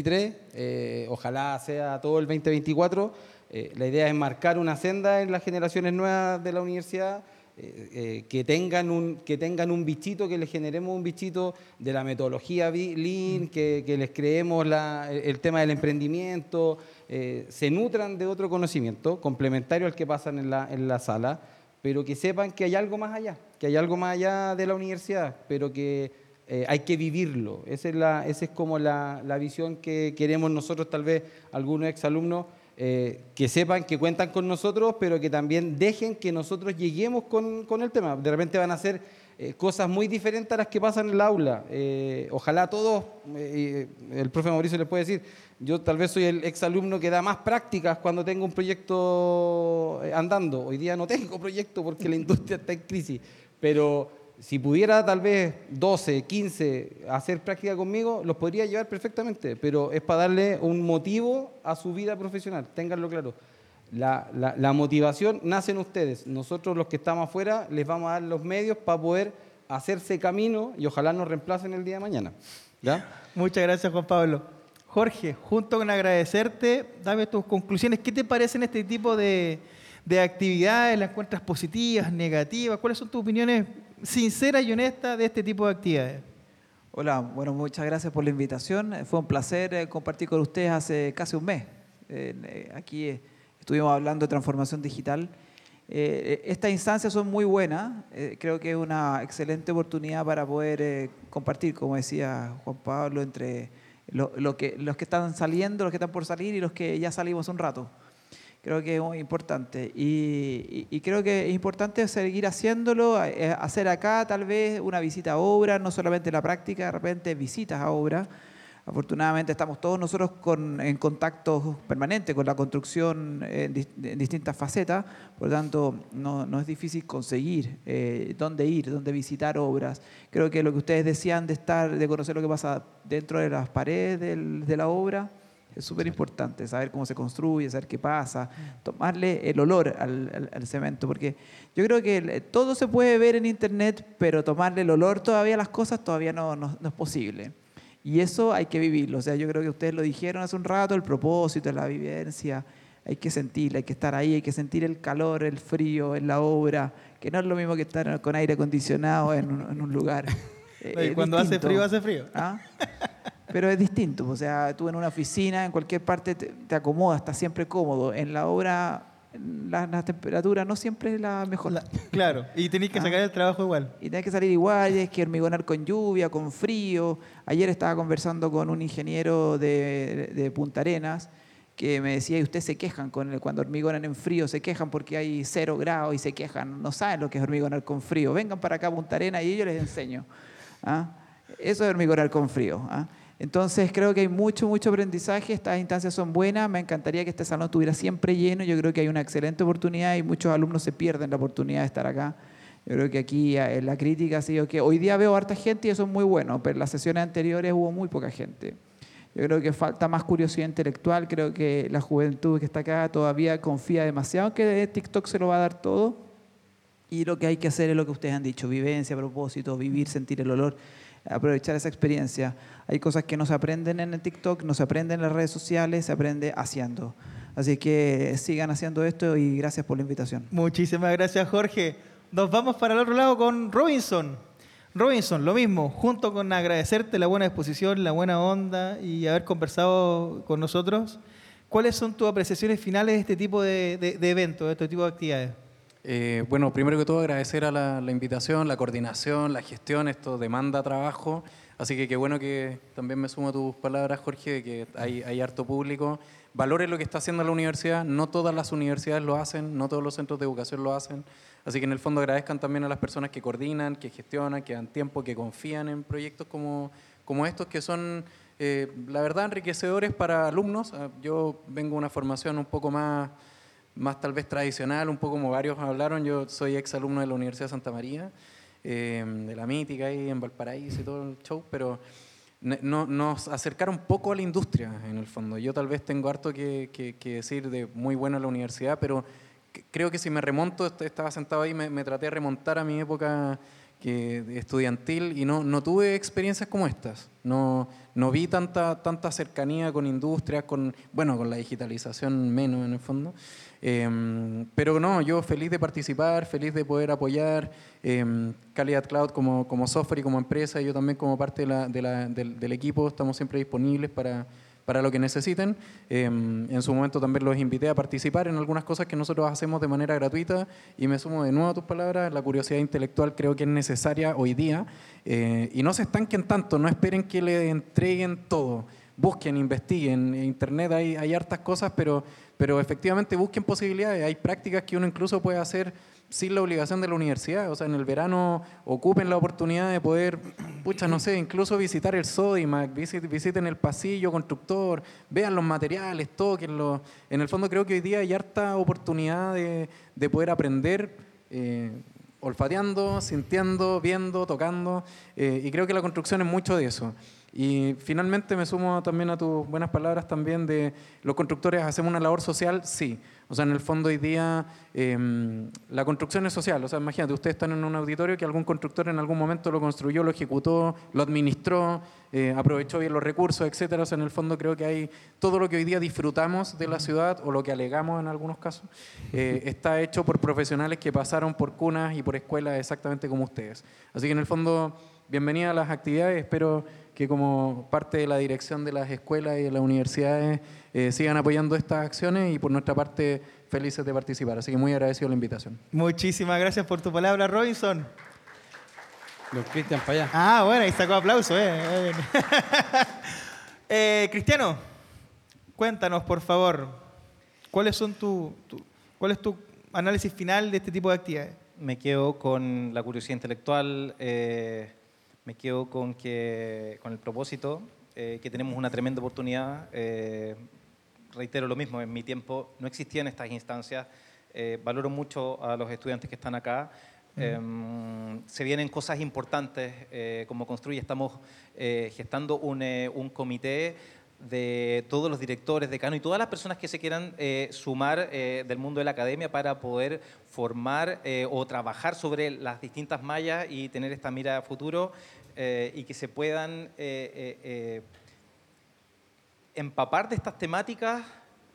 2023, ojalá sea todo el 2024. La idea es marcar una senda en las generaciones nuevas de la universidad, que tengan un bichito, que les generemos un bichito de la metodología Lean, que les creemos el tema del emprendimiento, se nutran de otro conocimiento complementario al que pasan en la sala, pero que sepan que hay algo más allá, de la universidad, pero que hay que vivirlo. Esa es como la visión que queremos nosotros, tal vez algunos exalumnos, que sepan que cuentan con nosotros, pero que también dejen que nosotros lleguemos con el tema. De repente van a hacer cosas muy diferentes a las que pasan en el aula. Ojalá todos, el profe Mauricio les puede decir, yo tal vez soy el exalumno que da más prácticas cuando tengo un proyecto andando. Hoy día no tengo proyecto porque la industria está en crisis, pero si pudiera tal vez 12, 15 hacer práctica conmigo, los podría llevar perfectamente, pero es para darle un motivo a su vida profesional, ténganlo claro. La motivación nace en ustedes. Nosotros, los que estamos afuera, les vamos a dar los medios para poder hacerse camino y ojalá nos reemplacen el día de mañana. ¿Ya? Muchas gracias, Juan Pablo. Jorge, junto con agradecerte, dame tus conclusiones. ¿Qué te parecen este tipo de actividades? ¿Las encuentras positivas, negativas? ¿Cuáles son tus opiniones sinceras y honestas de este tipo de actividades? Hola, bueno, muchas gracias por la invitación. Fue un placer compartir con ustedes hace casi un mes. Aquí estuvimos hablando de transformación digital Estas instancias son muy buenas, creo que es una excelente oportunidad para poder compartir, como decía Juan Pablo, entre los que están saliendo, los que están por salir y los que ya salimos un rato. Creo que es muy importante y creo que es importante seguir haciéndolo, hacer acá tal vez una visita a obra, no solamente la práctica, de repente visitas a obra. Afortunadamente estamos todos nosotros en contacto permanente con la construcción en distintas facetas, por lo tanto no es difícil conseguir dónde ir, dónde visitar obras. Creo que lo que ustedes decían de conocer lo que pasa dentro de las paredes de la obra es súper importante, saber cómo se construye, saber qué pasa, tomarle el olor al cemento, porque yo creo que todo se puede ver en internet, pero tomarle el olor todavía a las cosas todavía no es posible. Y eso hay que vivirlo. O sea, yo creo que ustedes lo dijeron hace un rato, el propósito, la vivencia, hay que sentirla, hay que estar ahí, hay que sentir el calor, el frío en la obra, que no es lo mismo que estar con aire acondicionado en un lugar. Y cuando hace frío, hace frío. ¿Ah? Pero es distinto. O sea, tú en una oficina, en cualquier parte te acomodas, estás siempre cómodo. En la obra la temperatura no siempre es la mejor. Claro, y tenéis que sacar el trabajo igual. Y tenés que salir igual, es que hormigonar con lluvia, con frío. Ayer estaba conversando con un ingeniero de Punta Arenas que me decía, y ustedes se quejan cuando hormigonan en frío, se quejan porque hay 0 grados y se quejan, no saben lo que es hormigonar con frío. Vengan para acá a Punta Arenas y yo les enseño. ¿Ah? Eso es hormigonar con frío. ¿Ah? Entonces creo que hay mucho aprendizaje, estas instancias son buenas, me encantaría que este salón estuviera siempre lleno, yo creo que hay una excelente oportunidad y muchos alumnos se pierden la oportunidad de estar acá. Yo creo que aquí la crítica ha sido que hoy día veo harta gente y eso es muy bueno, pero en las sesiones anteriores hubo muy poca gente. Yo creo que falta más curiosidad intelectual, creo que la juventud que está acá todavía confía demasiado que TikTok se lo va a dar todo y lo que hay que hacer es lo que ustedes han dicho, vivencia, propósito, vivir, sentir el olor, aprovechar esa experiencia. Hay cosas que no se aprenden en el TikTok, no se aprenden en las redes sociales, se aprende haciendo. Así que sigan haciendo esto y gracias por la invitación. Muchísimas gracias, Jorge. Nos vamos para el otro lado con Robinson. Robinson, lo mismo, junto con agradecerte la buena exposición, la buena onda y haber conversado con nosotros. ¿Cuáles son tus apreciaciones finales de este tipo de eventos, de este tipo de actividades? Bueno, primero que todo agradecer a la invitación, la coordinación, la gestión, esto demanda trabajo, así que qué bueno que también me sumo a tus palabras, Jorge, de que hay harto público. Valoren lo que está haciendo la universidad, no todas las universidades lo hacen, no todos los centros de educación lo hacen, así que en el fondo agradezcan también a las personas que coordinan, que gestionan, que dan tiempo, que confían en proyectos como estos que son, la verdad, enriquecedores para alumnos. Yo vengo de una formación un poco más tal vez tradicional, un poco como varios hablaron. Yo soy ex alumno de la Universidad de Santa María, de la mítica ahí en Valparaíso y todo el show, pero nos acercaron un poco a la industria en el fondo. Yo tal vez tengo harto que decir de muy bueno la universidad, pero creo que si me remonto, estaba sentado ahí, me traté de remontar a mi época estudiantil y no tuve experiencias como estas. No vi tanta cercanía con industrias, con la digitalización menos en el fondo. Pero no, yo feliz de participar, feliz de poder apoyar Calidad Cloud como software y como empresa, y yo también como parte del equipo estamos siempre disponibles para lo que necesiten. En su momento también los invité a participar en algunas cosas que nosotros hacemos de manera gratuita y me sumo de nuevo a tus palabras, la curiosidad intelectual creo que es necesaria hoy día y no se estanquen tanto, no esperen que le entreguen todo. Busquen, investiguen, en internet hay hartas cosas, pero efectivamente busquen posibilidades, hay prácticas que uno incluso puede hacer sin la obligación de la universidad, o sea, en el verano ocupen la oportunidad de poder, no sé, incluso visitar el Sodimac, visiten el pasillo constructor, vean los materiales, tóquenlos. En el fondo creo que hoy día hay harta oportunidad de poder aprender olfateando, sintiendo, viendo, tocando, y creo que la construcción es mucho de eso. Y finalmente me sumo también a tus buenas palabras también de los constructores hacemos una labor social, sí. O sea, en el fondo hoy día la construcción es social. O sea, imagínate, ustedes están en un auditorio que algún constructor en algún momento lo construyó, lo ejecutó, lo administró, aprovechó bien los recursos, etcétera. O sea, en el fondo creo que hay todo lo que hoy día disfrutamos de la ciudad o lo que alegamos en algunos casos está hecho por profesionales que pasaron por cunas y por escuelas exactamente como ustedes. Así que en el fondo, bienvenida a las actividades, espero que como parte de la dirección de las escuelas y de las universidades sigan apoyando estas acciones y por nuestra parte felices de participar. Así que muy agradecido la invitación. Muchísimas gracias por tu palabra, Robinson. Don Cristian, para allá. Ah, bueno, ahí sacó aplauso. Cristiano, cuéntanos, por favor, ¿cuál es tu análisis final de este tipo de actividades? Me quedo con la curiosidad intelectual, me quedo con el propósito, que tenemos una tremenda oportunidad. Reitero lo mismo, en mi tiempo no existían estas instancias. Valoro mucho a los estudiantes que están acá. Se vienen cosas importantes como Construye. Estamos gestando un comité de todos los directores, decanos y todas las personas que se quieran sumar del mundo de la academia para poder formar o trabajar sobre las distintas mallas y tener esta mira a futuro y que se puedan empapar de estas temáticas,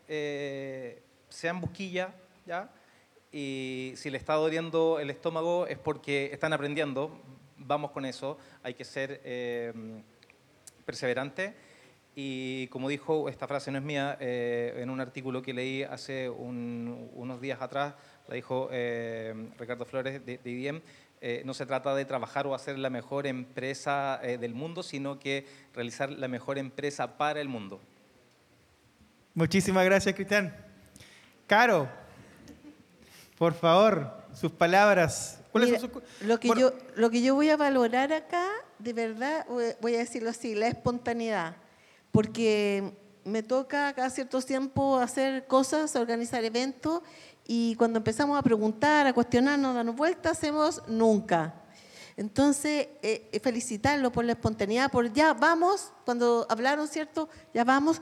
sean busquilla, ¿ya? Y si le está doliendo el estómago es porque están aprendiendo, vamos con eso, hay que ser perseverante. Y como dijo, esta frase no es mía, en un artículo que leí hace unos días atrás, la dijo Ricardo Flores de IBM, no se trata de trabajar o hacer la mejor empresa del mundo, sino que realizar la mejor empresa para el mundo. Muchísimas gracias, Cristian. Caro, por favor, sus palabras. Mira, son sus... lo que yo voy a valorar acá, de verdad, voy a decirlo así, la espontaneidad. Porque me toca cada cierto tiempo hacer cosas, organizar eventos, y cuando empezamos a preguntar, a cuestionarnos, a darnos vueltas, hacemos nunca. Entonces, felicitarlo por la espontaneidad, por ya vamos, cuando hablaron, ¿cierto? Ya vamos,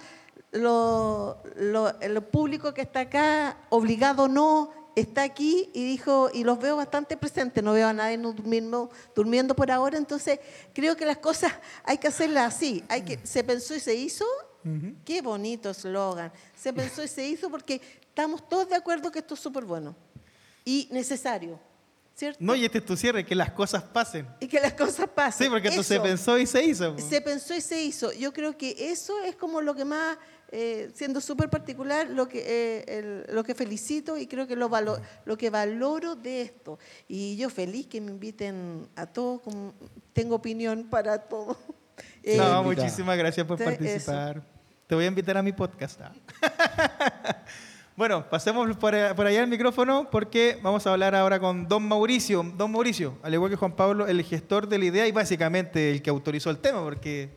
el público que está acá, obligado o no, está aquí y dijo, y los veo bastante presentes, no veo a nadie durmiendo por ahora, entonces creo que las cosas hay que hacerlas así, se pensó y se hizo. Qué bonito eslogan, se pensó y se hizo porque estamos todos de acuerdo que esto es súper bueno y necesario, ¿cierto? No, y este es tu cierre, que las cosas pasen. Y que las cosas pasen. Sí, porque esto Eso, se pensó y se hizo. se pensó y se hizo. Yo creo que eso es como lo que más, siendo súper particular, lo que felicito y creo que lo que valoro de esto. Y yo feliz que me inviten a todos, tengo opinión para todo. No, muchísimas gracias por Eso. participar. Te voy a invitar a mi podcast. Bueno, pasemos por allá el micrófono porque vamos a hablar ahora con don Mauricio. Don Mauricio, al igual que Juan Pablo, el gestor de la idea y básicamente el que autorizó el tema, porque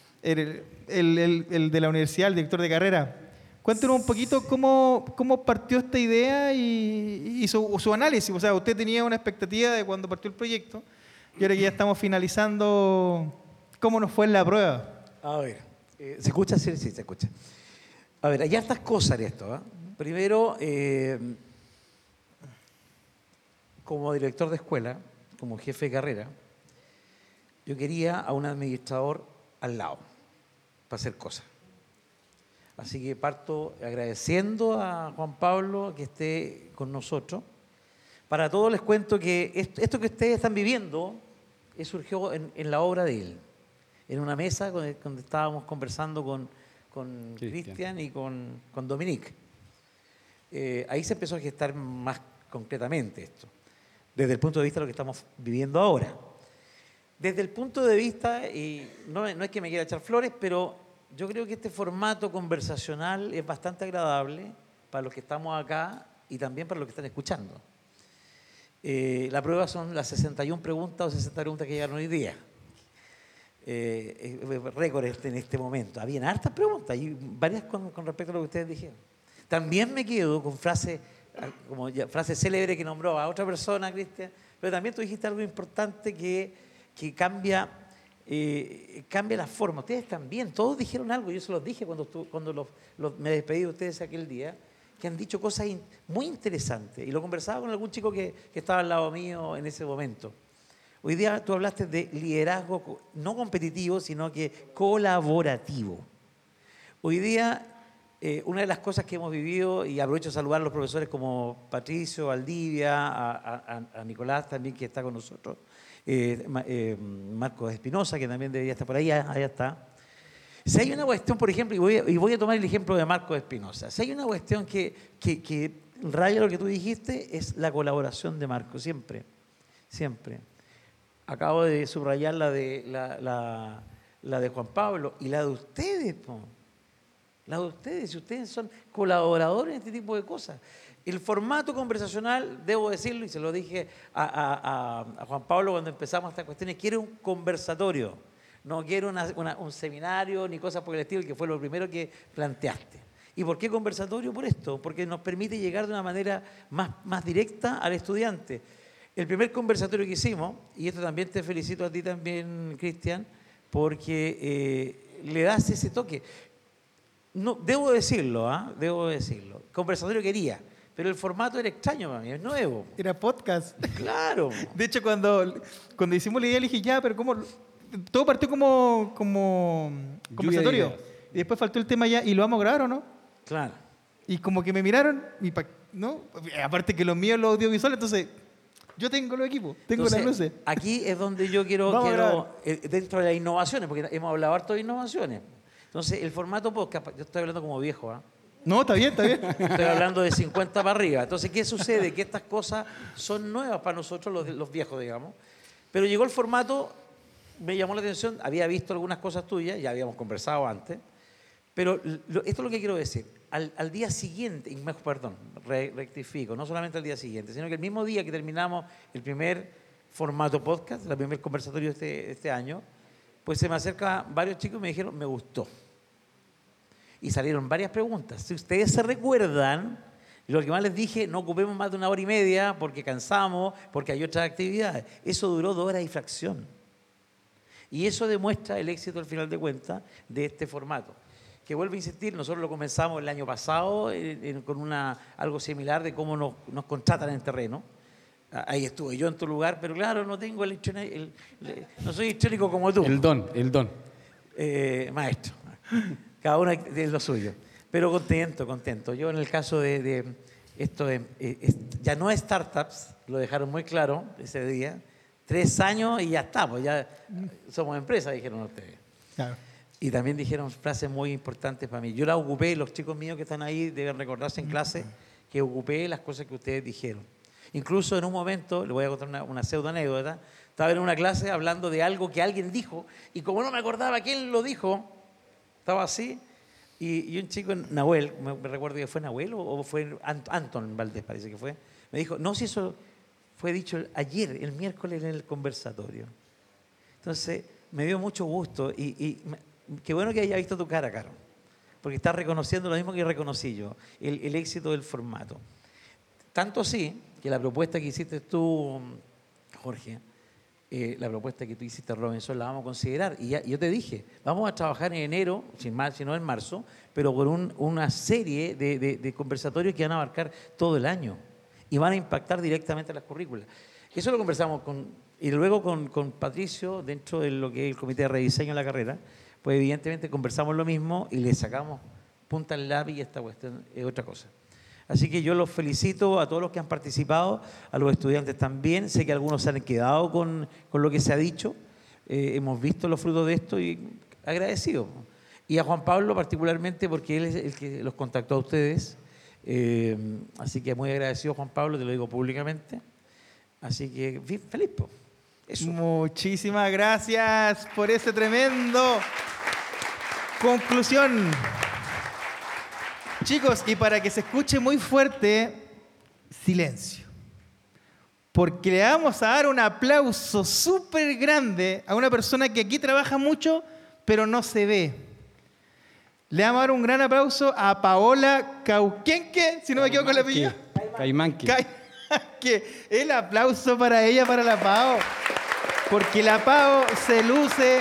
el de la universidad, el director de carrera. Cuéntenos un poquito cómo partió esta idea y su análisis. O sea, usted tenía una expectativa de cuando partió el proyecto y ahora que ya estamos finalizando, ¿cómo nos fue en la prueba? A ver, ¿se escucha? Sí, se escucha. A ver, hay hartas cosas en esto, ¿eh? Primero, como director de escuela, como jefe de carrera, yo quería a un administrador al lado para hacer cosas. Así que parto agradeciendo a Juan Pablo que esté con nosotros. Para todos les cuento que esto que ustedes están viviendo surgió en la obra de él, en una mesa donde estábamos conversando con Cristian y con Dominique. Ahí se empezó a gestar más concretamente esto, desde el punto de vista de lo que estamos viviendo ahora. Desde el punto de vista, y no es que me quiera echar flores, pero yo creo que este formato conversacional es bastante agradable para los que estamos acá y también para los que están escuchando. La prueba son las 61 preguntas o 60 preguntas que llegaron hoy día. Récord en este momento. Habían hartas preguntas y varias con respecto a lo que ustedes dijeron. También me quedo con frase célebre que nombró a otra persona, Cristian, pero también tú dijiste algo importante que cambia la forma. Ustedes también, todos dijeron algo, yo se los dije cuando me despedí de ustedes aquel día, que han dicho cosas muy interesantes. Y lo conversaba con algún chico que estaba al lado mío en ese momento. Hoy día tú hablaste de liderazgo no competitivo, sino que colaborativo. Hoy día, una de las cosas que hemos vivido, y aprovecho de saludar a los profesores como Patricio, Valdivia, a Nicolás también que está con nosotros, Marcos Espinosa, que también debería estar por ahí, allá está. Si hay una cuestión, por ejemplo, y voy a tomar el ejemplo de Marcos Espinosa, si hay una cuestión que raya lo que tú dijiste, es la colaboración de Marcos, siempre, siempre. Acabo de subrayar la de Juan Pablo y la de ustedes, po. La de ustedes, si ustedes son colaboradores en este tipo de cosas. El formato conversacional, debo decirlo, y se lo dije a Juan Pablo cuando empezamos estas cuestiones, quiere un conversatorio, no quiere un seminario ni cosas por el estilo, que fue lo primero que planteaste. ¿Y por qué conversatorio? Por esto, porque nos permite llegar de una manera más directa al estudiante. El primer conversatorio que hicimos, y esto también te felicito a ti también, Cristian, porque le das ese toque. No, debo decirlo, debo decirlo. Conversatorio quería, pero el formato era extraño para mí, es nuevo. Era podcast. Claro. De hecho, cuando hicimos la idea, le dije, ya, pero ¿cómo? Todo partió como conversatorio. Y después faltó el tema ya, ¿y lo vamos a grabar o no? Claro. Y como que me miraron, ¿no? Aparte que los míos son los audiovisuales, entonces yo tengo los equipos, tengo Entonces, las luces. Aquí es donde yo quiero dentro de las innovaciones, porque hemos hablado harto de innovaciones. Entonces, el formato podcast, yo estoy hablando como viejo, No, está bien, está bien. Estoy hablando de 50 para arriba. Entonces, ¿qué sucede? Que estas cosas son nuevas para nosotros, los viejos, digamos. Pero llegó el formato, me llamó la atención, había visto algunas cosas tuyas, ya habíamos conversado antes, pero esto es lo que quiero decir. Al día siguiente, rectifico, no solamente al día siguiente, sino que el mismo día que terminamos el primer formato podcast, el primer conversatorio de este año, pues se me acercan varios chicos y me dijeron, me gustó. Y salieron varias preguntas. Si ustedes se recuerdan, lo que más les dije, no ocupemos más de 1 hora y media porque cansamos, porque hay otras actividades. Eso duró 2 horas y fracción. Y eso demuestra el éxito, al final de cuentas, de este formato. Que vuelvo a insistir, nosotros lo comenzamos el año pasado con algo similar de cómo nos contratan en el terreno. Ahí estuve yo en tu lugar, pero claro, no tengo no soy histriónico como tú. El don. Maestro. Cada uno es lo suyo. Pero contento. Yo en el caso de esto, ya no es startups, lo dejaron muy claro ese día. 3 años y ya está, pues ya somos empresa, dijeron ustedes. Claro. Y también dijeron frases muy importantes para mí. Yo las ocupé, los chicos míos que están ahí deben recordarse en clase que ocupé las cosas que ustedes dijeron. Incluso en un momento, le voy a contar una pseudo anécdota, estaba en una clase hablando de algo que alguien dijo y como no me acordaba quién lo dijo, estaba así y un chico, Nahuel, me recuerdo que fue Nahuel o fue Anton Valdés, parece que fue, me dijo, no, si eso fue dicho ayer, el miércoles en el conversatorio. Entonces, me dio mucho gusto y qué bueno que haya visto tu cara, Caro, porque estás reconociendo lo mismo que reconocí yo, el éxito del formato. Tanto sí, que la propuesta que hiciste tú, Jorge, la propuesta que tú hiciste, Robinson, la vamos a considerar. Y yo te dije, vamos a trabajar en enero, si no en marzo, pero con una serie de conversatorios que van a abarcar todo el año y van a impactar directamente a las currículas. Eso lo conversamos y luego con Patricio, dentro de lo que es el Comité de Rediseño de la Carrera, pues evidentemente conversamos lo mismo y le sacamos punta al lápiz y esta cuestión es otra cosa. Así que yo los felicito a todos los que han participado, a los estudiantes también. Sé que algunos se han quedado con lo que se ha dicho. Hemos visto los frutos de esto y agradecido. Y a Juan Pablo particularmente porque él es el que los contactó a ustedes. Así que muy agradecido, Juan Pablo, te lo digo públicamente. Así que feliz. Eso. Muchísimas gracias por ese tremendo conclusión. Chicos, y para que se escuche muy fuerte, silencio. Porque le vamos a dar un aplauso súper grande a una persona que aquí trabaja mucho, pero no se ve. Le vamos a dar un gran aplauso a Paola Cauquenque, si no me equivoco con la apellido. Caimanque. El aplauso para ella, para la Pao. Porque la Pao se luce.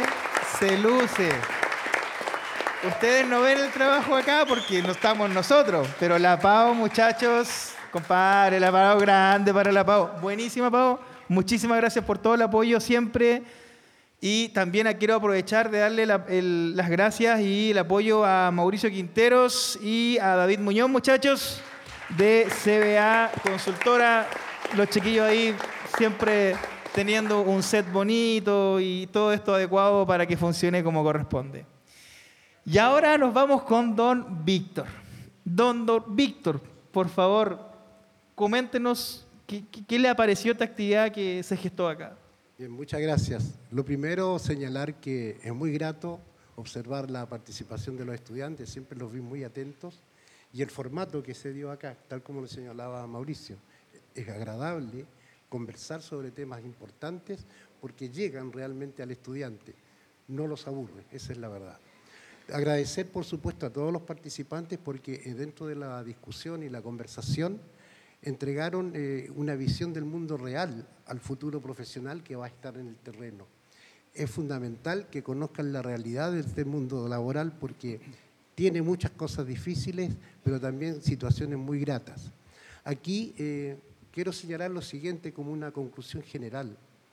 Ustedes no ven el trabajo acá porque no estamos nosotros, pero la Pao, muchachos, compadre, la Pao grande para la Pao. Buenísima, Pao. Muchísimas gracias por todo el apoyo siempre. Y también quiero aprovechar de darle las gracias y el apoyo a Mauricio Quinteros y a David Muñoz, muchachos, de CBA Consultora. Los chiquillos ahí siempre teniendo un set bonito y todo esto adecuado para que funcione como corresponde. Y ahora nos vamos con don Víctor. Don Víctor, por favor, coméntenos qué le pareció esta actividad que se gestó acá. Bien, muchas gracias. Lo primero, señalar que es muy grato observar la participación de los estudiantes, siempre los vi muy atentos, y el formato que se dio acá, tal como lo señalaba Mauricio, es agradable conversar sobre temas importantes porque llegan realmente al estudiante, no los aburre, esa es la verdad. Agradecer, por supuesto, a todos los participantes porque dentro de la discusión y la conversación entregaron una visión del mundo real al futuro profesional que va a estar en el terreno. Es fundamental que conozcan la realidad de este mundo laboral porque tiene muchas cosas difíciles, pero también situaciones muy gratas. Aquí quiero señalar lo siguiente como una conclusión general.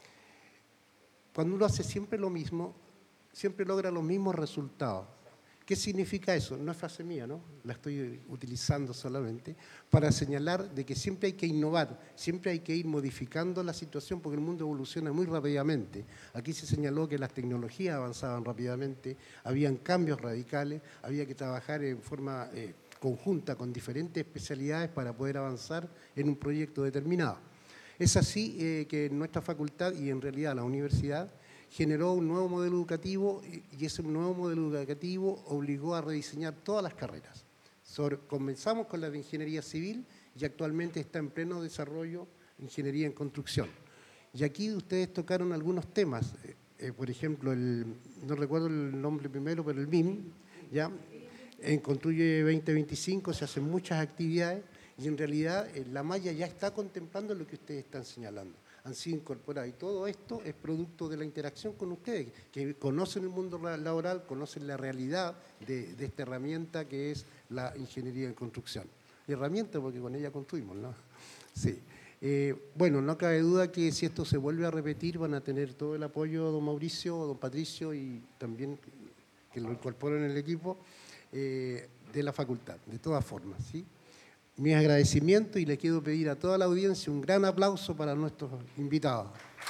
Cuando uno hace siempre lo mismo, siempre logra los mismos resultados. ¿Qué significa eso? No es frase mía, ¿no? La estoy utilizando solamente para señalar de que siempre hay que innovar, siempre hay que ir modificando la situación porque el mundo evoluciona muy rápidamente. Aquí se señaló que las tecnologías avanzaban rápidamente, habían cambios radicales, había que trabajar en forma conjunta con diferentes especialidades para poder avanzar en un proyecto determinado. Es así que nuestra facultad y en realidad la universidad generó un nuevo modelo educativo y ese nuevo modelo educativo obligó a rediseñar todas las carreras. Comenzamos con la de Ingeniería Civil y actualmente está en pleno desarrollo Ingeniería en Construcción. Y aquí ustedes tocaron algunos temas, por ejemplo, no recuerdo el nombre primero, pero el BIM, ¿ya? En Construye 2025 se hacen muchas actividades y en realidad la malla ya está contemplando lo que ustedes están señalando. Han sido incorporados. Y todo esto es producto de la interacción con ustedes, que conocen el mundo laboral, conocen la realidad de esta herramienta que es la ingeniería en construcción. Herramienta porque con ella construimos, ¿no? Sí. Bueno, no cabe duda que si esto se vuelve a repetir van a tener todo el apoyo de don Mauricio, don Patricio y también que lo incorporen en el equipo de la facultad, de todas formas, ¿sí? Mis agradecimientos y le quiero pedir a toda la audiencia un gran aplauso para nuestros invitados.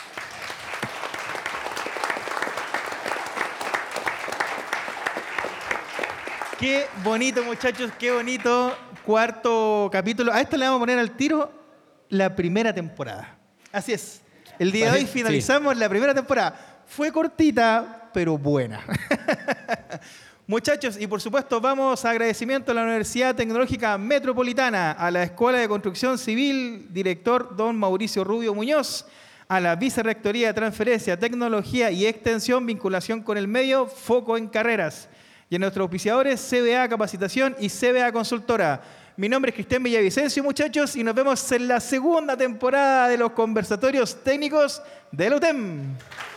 Qué bonito, muchachos, qué bonito cuarto capítulo. A esto le vamos a poner al tiro la primera temporada. Así es. El día de hoy finalizamos la primera temporada. Fue cortita, pero buena. Muchachos, y por supuesto vamos a agradecimiento a la Universidad Tecnológica Metropolitana, a la Escuela de Construcción Civil, director don Mauricio Rubio Muñoz, a la Vicerrectoría de Transferencia, Tecnología y Extensión, vinculación con el medio, foco en carreras, y a nuestros auspiciadores CBA Capacitación y CBA Consultora. Mi nombre es Cristian Villavicencio, muchachos, y nos vemos en la segunda temporada de los conversatorios técnicos de la UTEM.